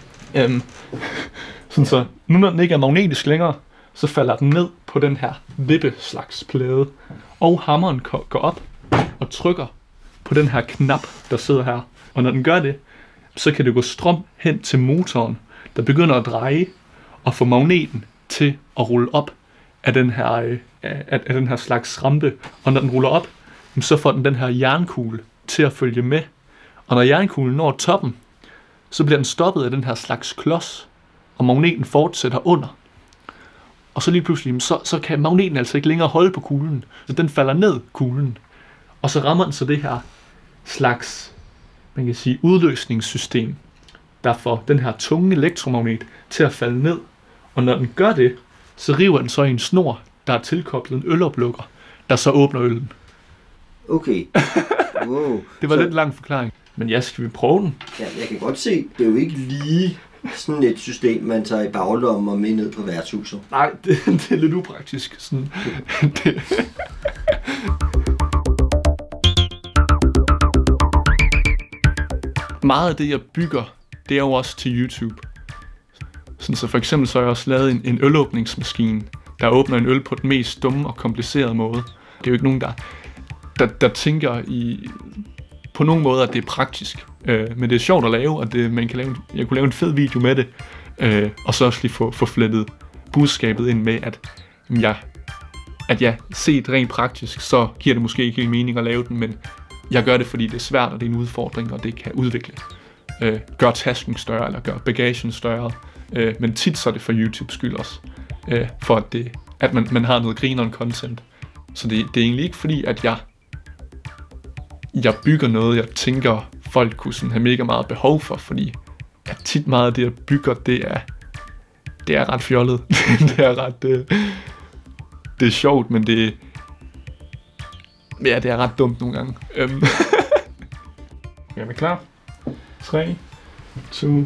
Så nu når den ikke er magnetisk længere, så falder den ned på den her vippeslags plade. Og hammeren går op og trykker på den her knap, der sidder her. Og når den gør det, så kan det gå strøm hen til motoren, der begynder at dreje og få magneten til at rulle op af den her slags rampe. Og når den ruller op, så får den her jernkugle til at følge med. Og når jernkuglen når toppen, så bliver den stoppet af den her slags klods, og magneten fortsætter under. Og så lige pludselig, så kan magneten altså ikke længere holde på kuglen, så den falder ned, kuglen. Og så rammer den så det her slags, man kan sige, udløsningssystem, der får den her tunge elektromagnet til at falde ned. Og når den gør det, så river den så i en snor, der er tilkoblet en øloplukker, der så åbner øllen. Okay. Wow. Det var lidt lang forklaring. Men ja, skal vi prøve den? Ja, jeg kan godt se, det er jo ikke lige sådan et system, man tager i baglommen og med ned på værtshuset. Nej, det er lidt upraktisk. Sådan. meget af det, jeg bygger, det er jo også til YouTube. Sådan, så for eksempel så har jeg også lavet en ølåbningsmaskine, der åbner en øl på den mest dumme og komplicerede måde. Det er jo ikke nogen, der tænker på nogen måde, at det er praktisk. Men det er sjovt at lave, og jeg kunne lave en fed video med det, og så også lige få flettet budskabet ind med, at set rent praktisk, så giver det måske ikke helt mening at lave den, men jeg gør det, fordi det er svært, og det er en udfordring, og det kan udvikle. Gør tasken større, eller gør bagagen større. Men tit så er det for YouTubes skyld også, for at man har noget grineren content. Så det er egentlig ikke fordi, at jeg bygger noget, jeg tænker, folk kunne sådan have mega meget behov for, fordi at tit meget af det, jeg bygger, det er ret fjollet. Det er sjovt, men det er ret dumt nogle gange. Er vi klar? 3, 2, 1.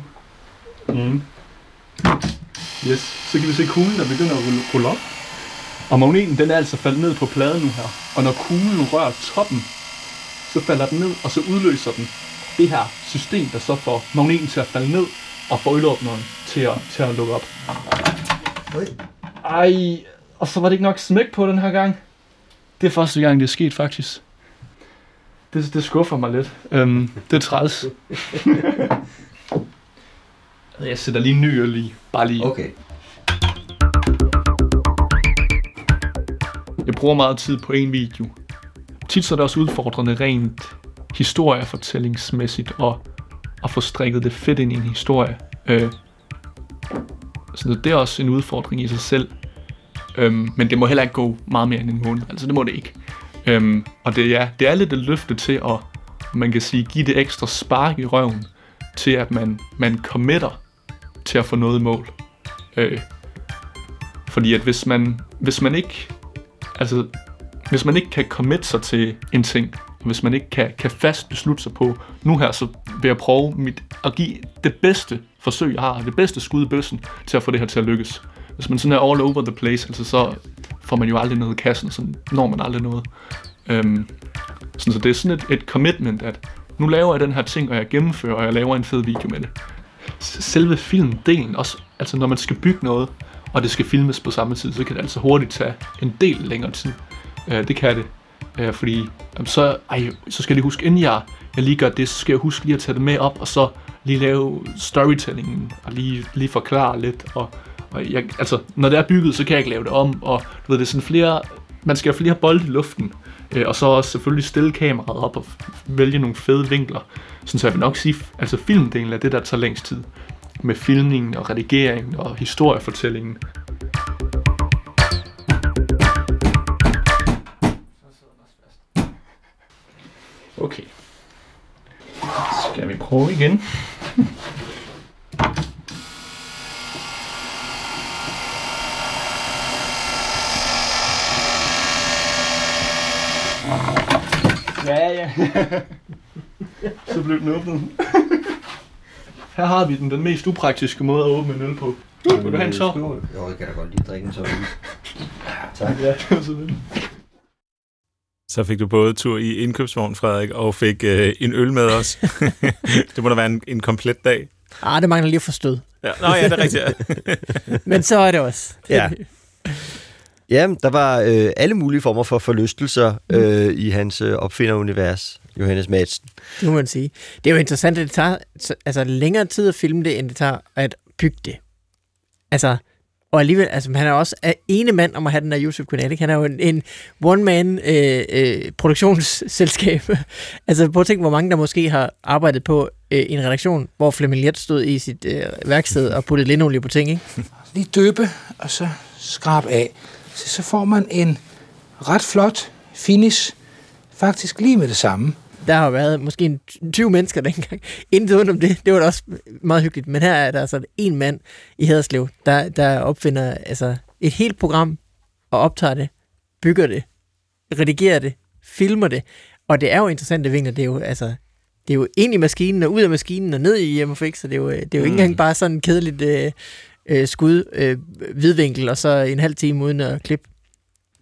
Yes, så kan vi se kuglen, der begynder at rulle op. Og magneten, den er altså faldet ned på pladen nu her. Og når kuglen rører toppen, så falder den ned, og så udløser den det her system, der så får magneten til at falde ned, og får ølåbneren til at lukke op. Ej, og så var det ikke nok smæk på den her gang. Det er første gang, det er sket faktisk. Det skuffer mig lidt. Det er træls. Jeg sætter lige en ny øl i. Bare lige. Okay. Jeg bruger meget tid på en video. Tit så er det også udfordrende rent historiefortællingsmæssigt at få strikket det fedt ind i en historie. Så det er også en udfordring i sig selv. Men det må heller ikke gå meget mere end en måned. Altså det må det ikke. Og det er lidt et løfte til at, man kan sige, give det ekstra spark i røven til at man committer til at få noget i mål. Fordi at hvis man ikke kan commit sig til en ting, hvis man ikke kan fast beslutte sig på, nu her så vil jeg prøve at give det bedste forsøg jeg har, det bedste skud i bøssen til at få det her til at lykkes. Hvis man sådan er all over the place, altså så får man jo aldrig noget i kassen, så når man aldrig noget. Så det er sådan et commitment, at nu laver jeg den her ting, og jeg gennemfører, og jeg laver en fed video med det. Selve filmdelen også, altså når man skal bygge noget, og det skal filmes på samme tid, så kan det altså hurtigt tage en del længere tid. Det kan det. Fordi så skal jeg lige huske, inden jeg lige gør det, så skal jeg huske lige at tage det med op, og så lige lave storytellingen, og lige forklare lidt, og altså, når det er bygget, så kan jeg ikke lave det om, og du ved, det er sådan man skal have flere bolde i luften, og så også selvfølgelig stille kameraet op og vælge nogle fede vinkler, sådan så jeg vil nok sige, altså filmdelen er det, der tager længst tid, med filmningen og redigeringen og historiefortællingen. Okay. Skal vi prøve igen? Ja. Så blev den åbnet. Her har vi den mest upraktiske måde at åbne en øl på. Vil du have en tår? Jo, jeg kan da godt lige drikke en tår. Tak. Ja, selvfølgelig. Så fik du både tur i indkøbsvogn, Frederik, og fik en øl med os. Det må da være en komplet dag. Det mangler lige at forstå. Ja. Nå ja, det er rigtigt. Ja. Men så er det også. Ja. Ja, der var alle mulige former for forlystelser i hans opfinderunivers, Johannes Madsen. Det må man sige. Det er jo interessant, at det tager længere tid at filme det, end det tager at bygge det. Altså, og alligevel, altså, han er også ene mand om at have den der YouTube-kanal, ikke? Han er jo en one-man produktionsselskab. Altså, prøv at tænke, hvor mange der måske har arbejdet på en redaktion, hvor Flemming Let stod i sit værksted og puttede linolie på ting, ikke? Lige døbe, og så skrab af. Så får man en ret flot finish, faktisk lige med det samme. Der har været måske 20 mennesker dengang. Intet rundt om det. Det var da også meget hyggeligt. Men her er der altså en mand i Haderslev, der opfinder altså et helt program og optager det, bygger det, redigerer det, filmer det. Og det er jo interessante vinkler. Det er jo ind i maskinen og ud af maskinen og ned i MFX. Så det er jo ikke engang bare sådan en kedeligt skud, vidvinkel og så en halv time uden at klippe.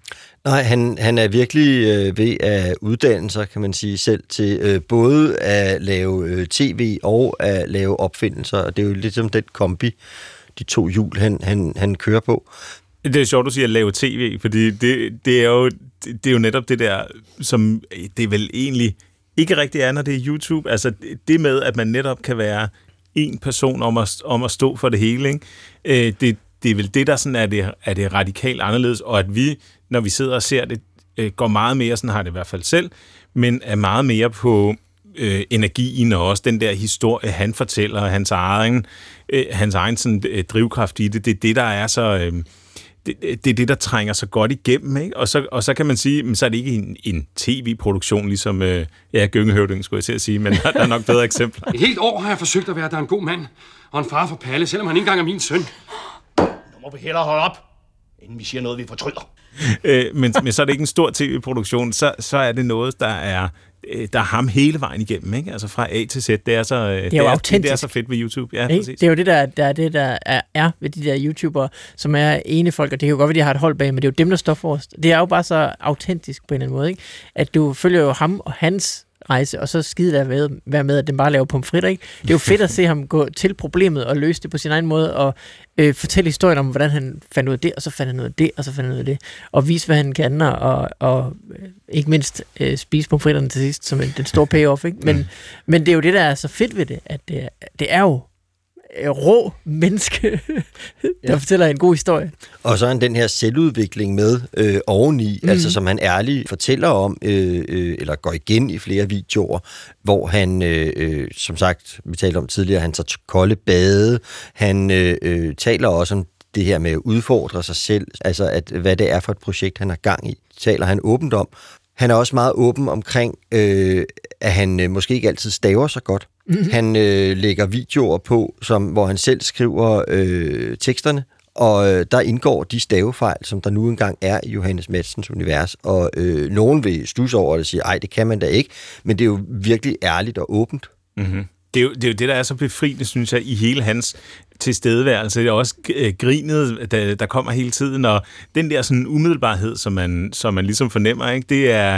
Nej, han er virkelig ved at uddanne sig, kan man sige, selv til både at lave tv og at lave opfindelser, og det er jo lidt som den kombi, de 2 hjul, han kører på. Det er sjovt, du siger at lave tv, fordi det er jo netop det der, som det er vel egentlig ikke rigtig er, når det er YouTube. Altså det med, at man netop kan være en person om at stå for det hele, ikke? Det er vel det, der sådan er det radikalt anderledes, og at vi, når vi sidder og ser det, går meget mere, sådan har det i hvert fald selv, men er meget mere på energien og også den der historie, han fortæller, hans egen sådan, drivkraft i det. Det er det, der er så... Det er det, der trænger så godt igennem, ikke? Og så kan man sige, så er det ikke en tv-produktion, ligesom Gyngehøvding, skulle jeg til at sige, men der er nok bedre eksempler. Et helt år har jeg forsøgt at være der en god mand og en far for Palle, selvom han ikke engang er min søn. Nu må vi hellere holde op, inden vi siger noget, vi fortryder. Men så er det ikke en stor tv-produktion, så er det noget, der er ham hele vejen igennem, ikke? Altså fra A til Z. Det er så det er så fedt ved YouTube. Ja, præcis. Det er jo det der er ved de der YouTubere, som er ene folk, og det kan jo godt være, de har et hold bag, men det er jo dem, der står forrest. Det er jo bare så autentisk på en eller anden måde, ikke? At du følger jo ham og hans rejse, og så skide der være med, at den bare laver pomfritter, ikke? Det er jo fedt at se ham gå til problemet og løse det på sin egen måde, og fortælle historien om, hvordan han fandt ud af det, og så fandt han ud af det, og så fandt han ud af det, og vise, hvad han kan, og ikke mindst spise pomfritterne til sidst, som den store payoff, ikke? Men det er jo det, der er så fedt ved det, at det er jo rå menneske, der fortæller en god historie. Og så er den her selvudvikling med oveni, altså som han ærligt fortæller om, eller går igen i flere videoer, hvor han, som sagt, vi talte om tidligere, han tager kolde bade, han taler også om det her med at udfordre sig selv, altså hvad det er for et projekt, han har gang i, taler han åbent om. Han er også meget åben omkring, at han måske ikke altid staver så godt. Mm-hmm. Han lægger videoer på, hvor han selv skriver teksterne, og der indgår de stavefejl, som der nu engang er i Johannes Madsens univers, og nogen vil stusse over det og sige, ej, det kan man da ikke, men det er jo virkelig ærligt og åbent. Mm-hmm. Det er jo det, der er så befriende, synes jeg, i hele hans tilstedeværelse. Det er også grinet, der kommer hele tiden, og den der sådan umiddelbarhed, som man ligesom fornemmer, ikke? Det er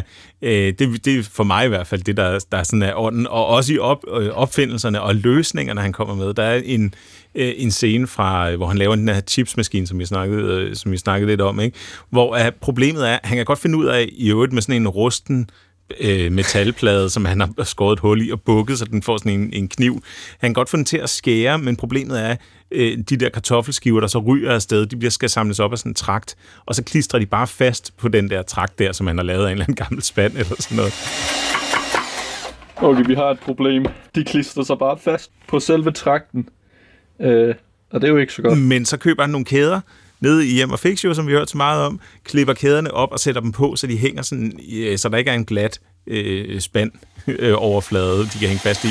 for mig i hvert fald det, der sådan er ånden, og også i opfindelserne og løsningerne, han kommer med. Der er en scene fra, hvor han laver den her chipsmaskine, som vi snakkede lidt om, ikke? Hvor problemet er, han kan godt finde ud af, i øvrigt med sådan en rusten metalplade, som han har skåret et hul i og bukket, så den får sådan en kniv. Han kan godt få den til at skære, men problemet er, de der kartoffelskiver, der så ryger afsted, de skal samles op af sådan en trakt, og så klistrer de bare fast på den der trakt der, som han har lavet af en eller anden gammel spand eller sådan noget. Okay, vi har et problem. De klistrer sig bare fast på selve trakten. Og det er jo ikke så godt. Men så køber han nogle kæder nede i Hjem og Fix, som vi har hørt så meget om, klipper kæderne op og sætter dem på, så de hænger sådan, så der ikke er en glat spand overflade, de kan hænge fast i.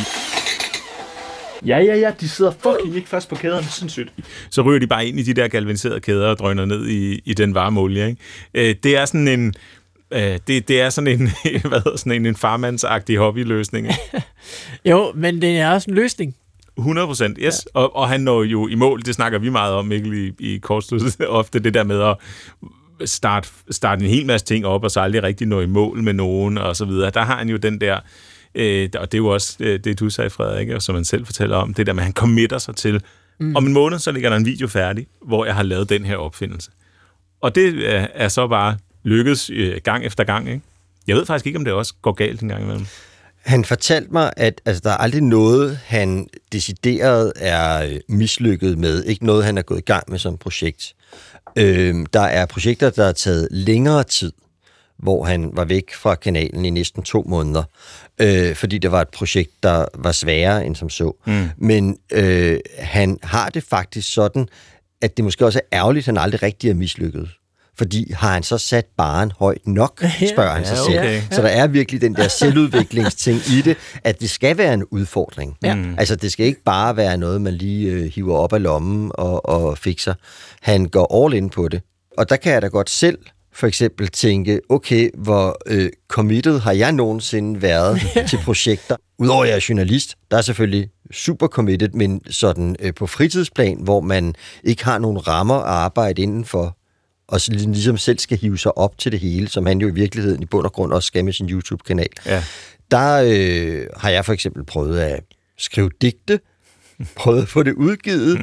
Ja, de sidder fucking ikke fast på kæderne, sindssygt. Så ryger de bare ind i de der galvaniserede kæder og drøner ned i den varme olie, ikke? Det er sådan en det er sådan en en farmandsagtig hobbyløsning. Jo, men det er også en løsning. 100%, yes. Ja. Og han når jo i mål, det snakker vi meget om, Mikkel, i Kortsluttet, ofte det der med at starte en hel masse ting op, og så aldrig rigtig nå i mål med nogen, og så videre. Der har han jo den der, og det er jo også det, du sagde, Frederik, og som han selv fortæller om, det der med, at han committer sig til, om en måned, så ligger der en video færdig, hvor jeg har lavet den her opfindelse. Og det er så bare lykkedes gang efter gang, ikke? Jeg ved faktisk ikke, om det også går galt en gang imellem. Han fortalte mig, at der er aldrig noget, han decideret er mislykket med. Ikke noget, han er gået i gang med som projekt. Der er projekter, der har taget længere tid, hvor han var væk fra kanalen i næsten 2 måneder. Fordi det var et projekt, der var sværere end som så. Men han har det faktisk sådan, at det måske også er ærgerligt, at han aldrig rigtig er mislykket. Fordi har han så sat barren højt nok, spørger han sig selv. Okay. Så der er virkelig den der selvudviklingsting i det, at det skal være en udfordring. Ja. Altså det skal ikke bare være noget, man lige hiver op af lommen og fikser. Han går all in på det. Og der kan jeg da godt selv for eksempel tænke, okay, hvor committed har jeg nogensinde været til projekter? Udover at jeg er journalist, der er selvfølgelig super committed, men sådan på fritidsplan, hvor man ikke har nogen rammer at arbejde indenfor, og så ligesom selv skal hive sig op til det hele, som han jo i virkeligheden i bund og grund også skal med sin YouTube-kanal. Ja. Der har jeg for eksempel prøvet at skrive digte, prøvet at få det udgivet.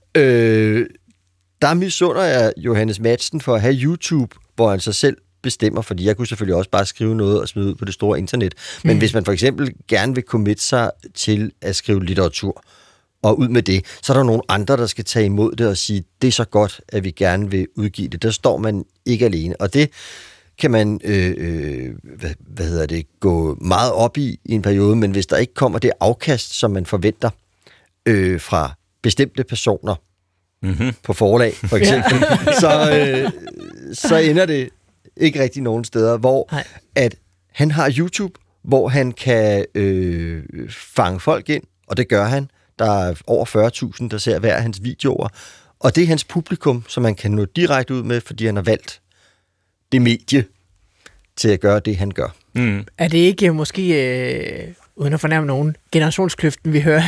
Der misunder jeg Johannes Matzen for at have YouTube, hvor han sig selv bestemmer, fordi jeg kunne selvfølgelig også bare skrive noget og smide ud på det store internet. Men hvis man for eksempel gerne vil committe sig til at skrive litteratur, og ud med det, så er der nogle andre, der skal tage imod det og sige, det er så godt, at vi gerne vil udgive det. Der står man ikke alene. Og det kan man gå meget op i en periode, men hvis der ikke kommer det afkast, som man forventer fra bestemte personer på forlag, for eksempel, så ender det ikke rigtig nogen steder, hvor at han har YouTube, hvor han kan fange folk ind, og det gør han. Der er over 40.000, der ser hver af hans videoer, og det er hans publikum, som man kan nå direkte ud med, fordi han har valgt det medie til at gøre det, han gør. Er det ikke måske, uden at fornærme nogen, generationskløften, vi hører?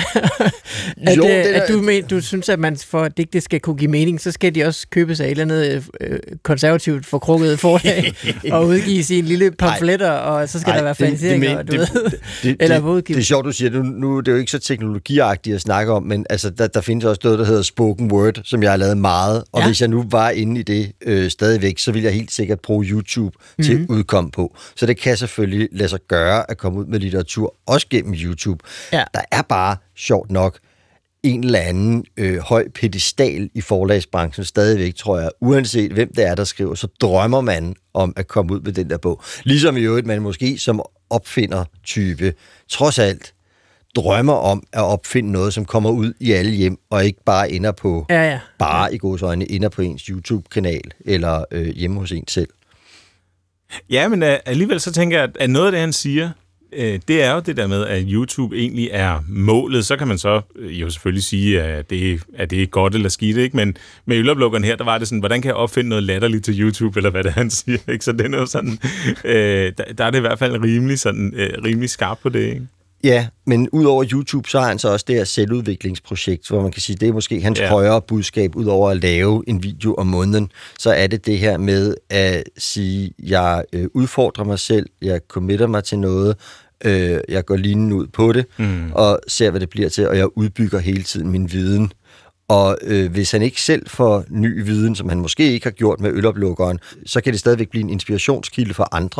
Du synes, at man for at digte skal kunne give mening, så skal de også købe sig et eller andet konservativt forkrukket forlag og udgive sine lille pamfletter, og så skal der være faniseringer, du ved. Det er sjovt, du siger, nu det er jo ikke så teknologiagtigt at snakke om, men altså, der findes også noget, der hedder spoken word, som jeg har lavet meget, og hvis jeg nu var inde i det stadigvæk, så ville jeg helt sikkert bruge YouTube til at udkomme på. Så det kan selvfølgelig lade sig gøre at komme ud med litteratur, også gennem YouTube. Ja. Der er bare, sjovt nok, en eller anden høj pedestal i forlagsbranchen stadigvæk, tror jeg. Uanset hvem det er, der skriver, så drømmer man om at komme ud med den der bog. Ligesom i øvrigt, man måske som opfinder-type, trods alt, drømmer om at opfinde noget, som kommer ud i alle hjem, og ikke bare ender på, i godsøjne, ender på ens YouTube-kanal, eller hjemme hos en selv. Ja, men alligevel så tænker jeg, at noget af det, han siger, det er jo det der med, at YouTube egentlig er målet. Så kan man så jo selvfølgelig sige, at det er godt eller skidt, ikke? Men med Øloplukkeren her, der var det sådan, hvordan kan jeg opfinde noget latterligt til YouTube, eller hvad det han siger, ikke? Så den er jo sådan, der er det i hvert fald rimelig skarp på det, ikke? Ja, men udover YouTube, så har han så også det her selvudviklingsprojekt, hvor man kan sige, det er måske hans højere budskab, udover at lave en video om måneden, så er det her med at sige, jeg udfordrer mig selv, jeg committer mig til noget, jeg går linjen ud på det, og ser, hvad det bliver til, og jeg udbygger hele tiden min viden. Og hvis han ikke selv får ny viden, som han måske ikke har gjort med Øloplukkeren, så kan det stadigvæk blive en inspirationskilde for andre.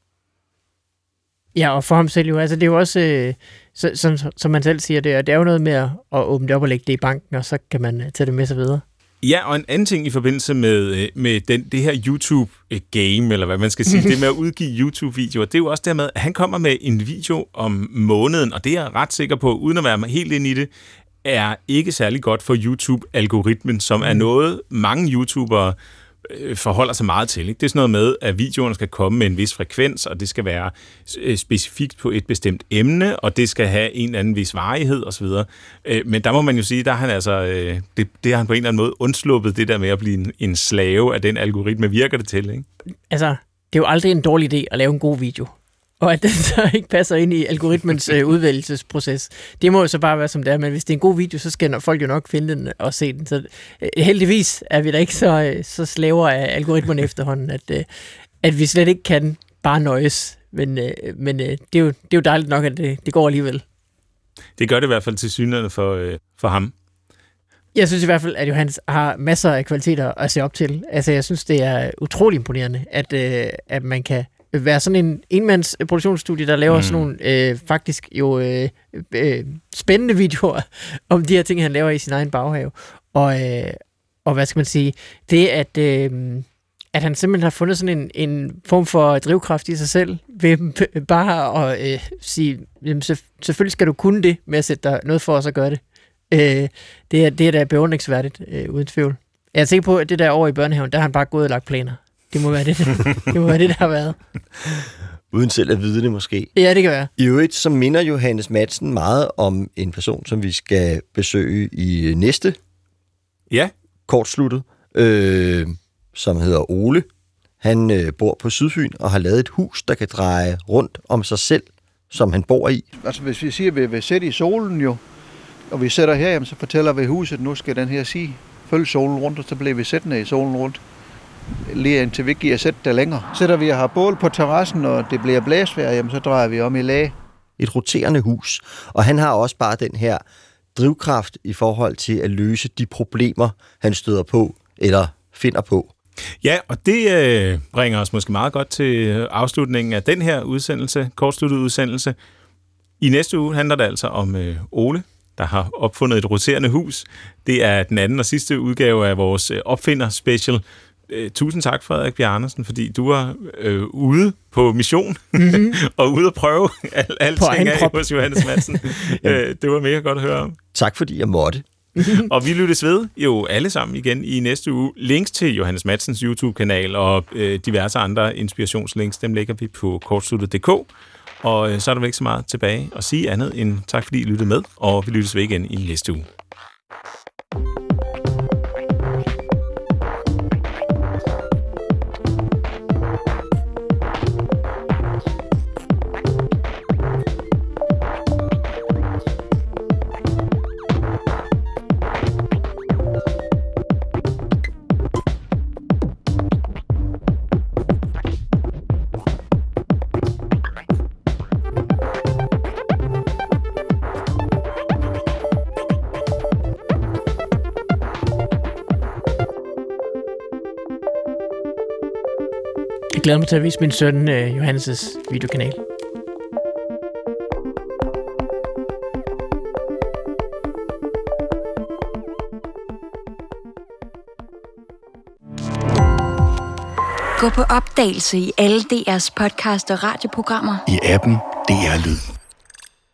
Ja, og for ham selv jo. Altså, det er jo også, som man selv siger, det er jo noget med at åbne det op og lægge det i banken, og så kan man tage det med sig videre. Ja, og en anden ting i forbindelse med det her YouTube-game, eller hvad man skal sige, det med at udgive YouTube-videoer, det er jo også dermed, at han kommer med en video om måneden, og det er jeg ret sikker på, uden at være helt ind i det, er ikke særlig godt for YouTube-algoritmen, som er noget, mange YouTubere forholder sig meget til. Ikke? Det er sådan noget med, at videoerne skal komme med en vis frekvens, og det skal være specifikt på et bestemt emne, og det skal have en eller anden vis varighed osv. Men der må man jo sige, der har han altså, det har han på en eller anden måde undsluppet, det der med at blive en slave af den algoritme, virker det til, ikke? Altså, det er jo aldrig en dårlig idé at lave en god video, og at den så ikke passer ind i algoritmens udvælgelsesproces. Det må jo så bare være som det er, men hvis det er en god video, så skal folk jo nok finde den og se den. Så heldigvis er vi da ikke så slaver af algoritmerne efterhånden, at vi slet ikke kan bare nøjes. Men det er jo dejligt nok, at det går alligevel. Det gør det i hvert fald til synligheden for ham. Jeg synes i hvert fald, at Johannes har masser af kvaliteter at se op til. Altså, jeg synes, det er utrolig imponerende, at man kan være sådan en enmands produktionsstudie, der laver sådan nogle faktisk jo spændende videoer om de her ting, han laver i sin egen baghave. Og hvad skal man sige? Det, at han simpelthen har fundet sådan en form for drivkraft i sig selv, ved bare at sige, jamen, selvfølgelig skal du kunne det, med at sætte dig noget for os at gøre det. Det er da beundringsværdigt, uden tvivl. Jeg er sikker på, at det der over i børnehaven, der har han bare gået og lagt planer. Det må være det, der har været. Uden selv at vide det måske. Ja, det kan være. I øvrigt, så minder Johannes Matzen meget om en person, som vi skal besøge i næste kortsluttet, som hedder Ole. Han bor på Sydfyn og har lavet et hus, der kan dreje rundt om sig selv, som han bor i. Altså hvis vi siger, at vi vil sætte i solen jo, og vi sætter her, så fortæller vi huset, nu skal den her følge solen rundt, og så bliver vi sættende i solen rundt. lige indtil vi ikke giver sætte det længere. Sætter vi og har bål på terrassen, og det bliver blæsvejr, jamen, så drejer vi om i lag. Et roterende hus, og han har også bare den her drivkraft i forhold til at løse de problemer, han støder på eller finder på. Ja, og det bringer os måske meget godt til afslutningen af den her udsendelse, kortsluttet udsendelse. I næste uge handler det altså om Ole, der har opfundet et roterende hus. Det er den anden og sidste udgave af vores opfinder-special. Tusind tak, Frederik Bjerg Andersen, fordi du var ude på mission og ude at prøve alting af hos Johannes Madsen. Det var mega godt at høre om. Tak, fordi jeg måtte. Og vi lyttes ved jo alle sammen igen i næste uge. Links til Johannes Madsens YouTube-kanal og diverse andre inspirationslinks, dem lægger vi på kortsluttet.dk. Og så er der vel ikke så meget tilbage at sige andet end tak, fordi I lyttede med, og vi lyttes ved igen i næste uge. Jeg glæder mig til at vise min søn Johannes' videokanal. Gå på opdagelse i alle DR's podcast og radioprogrammer. I appen DR Lyd.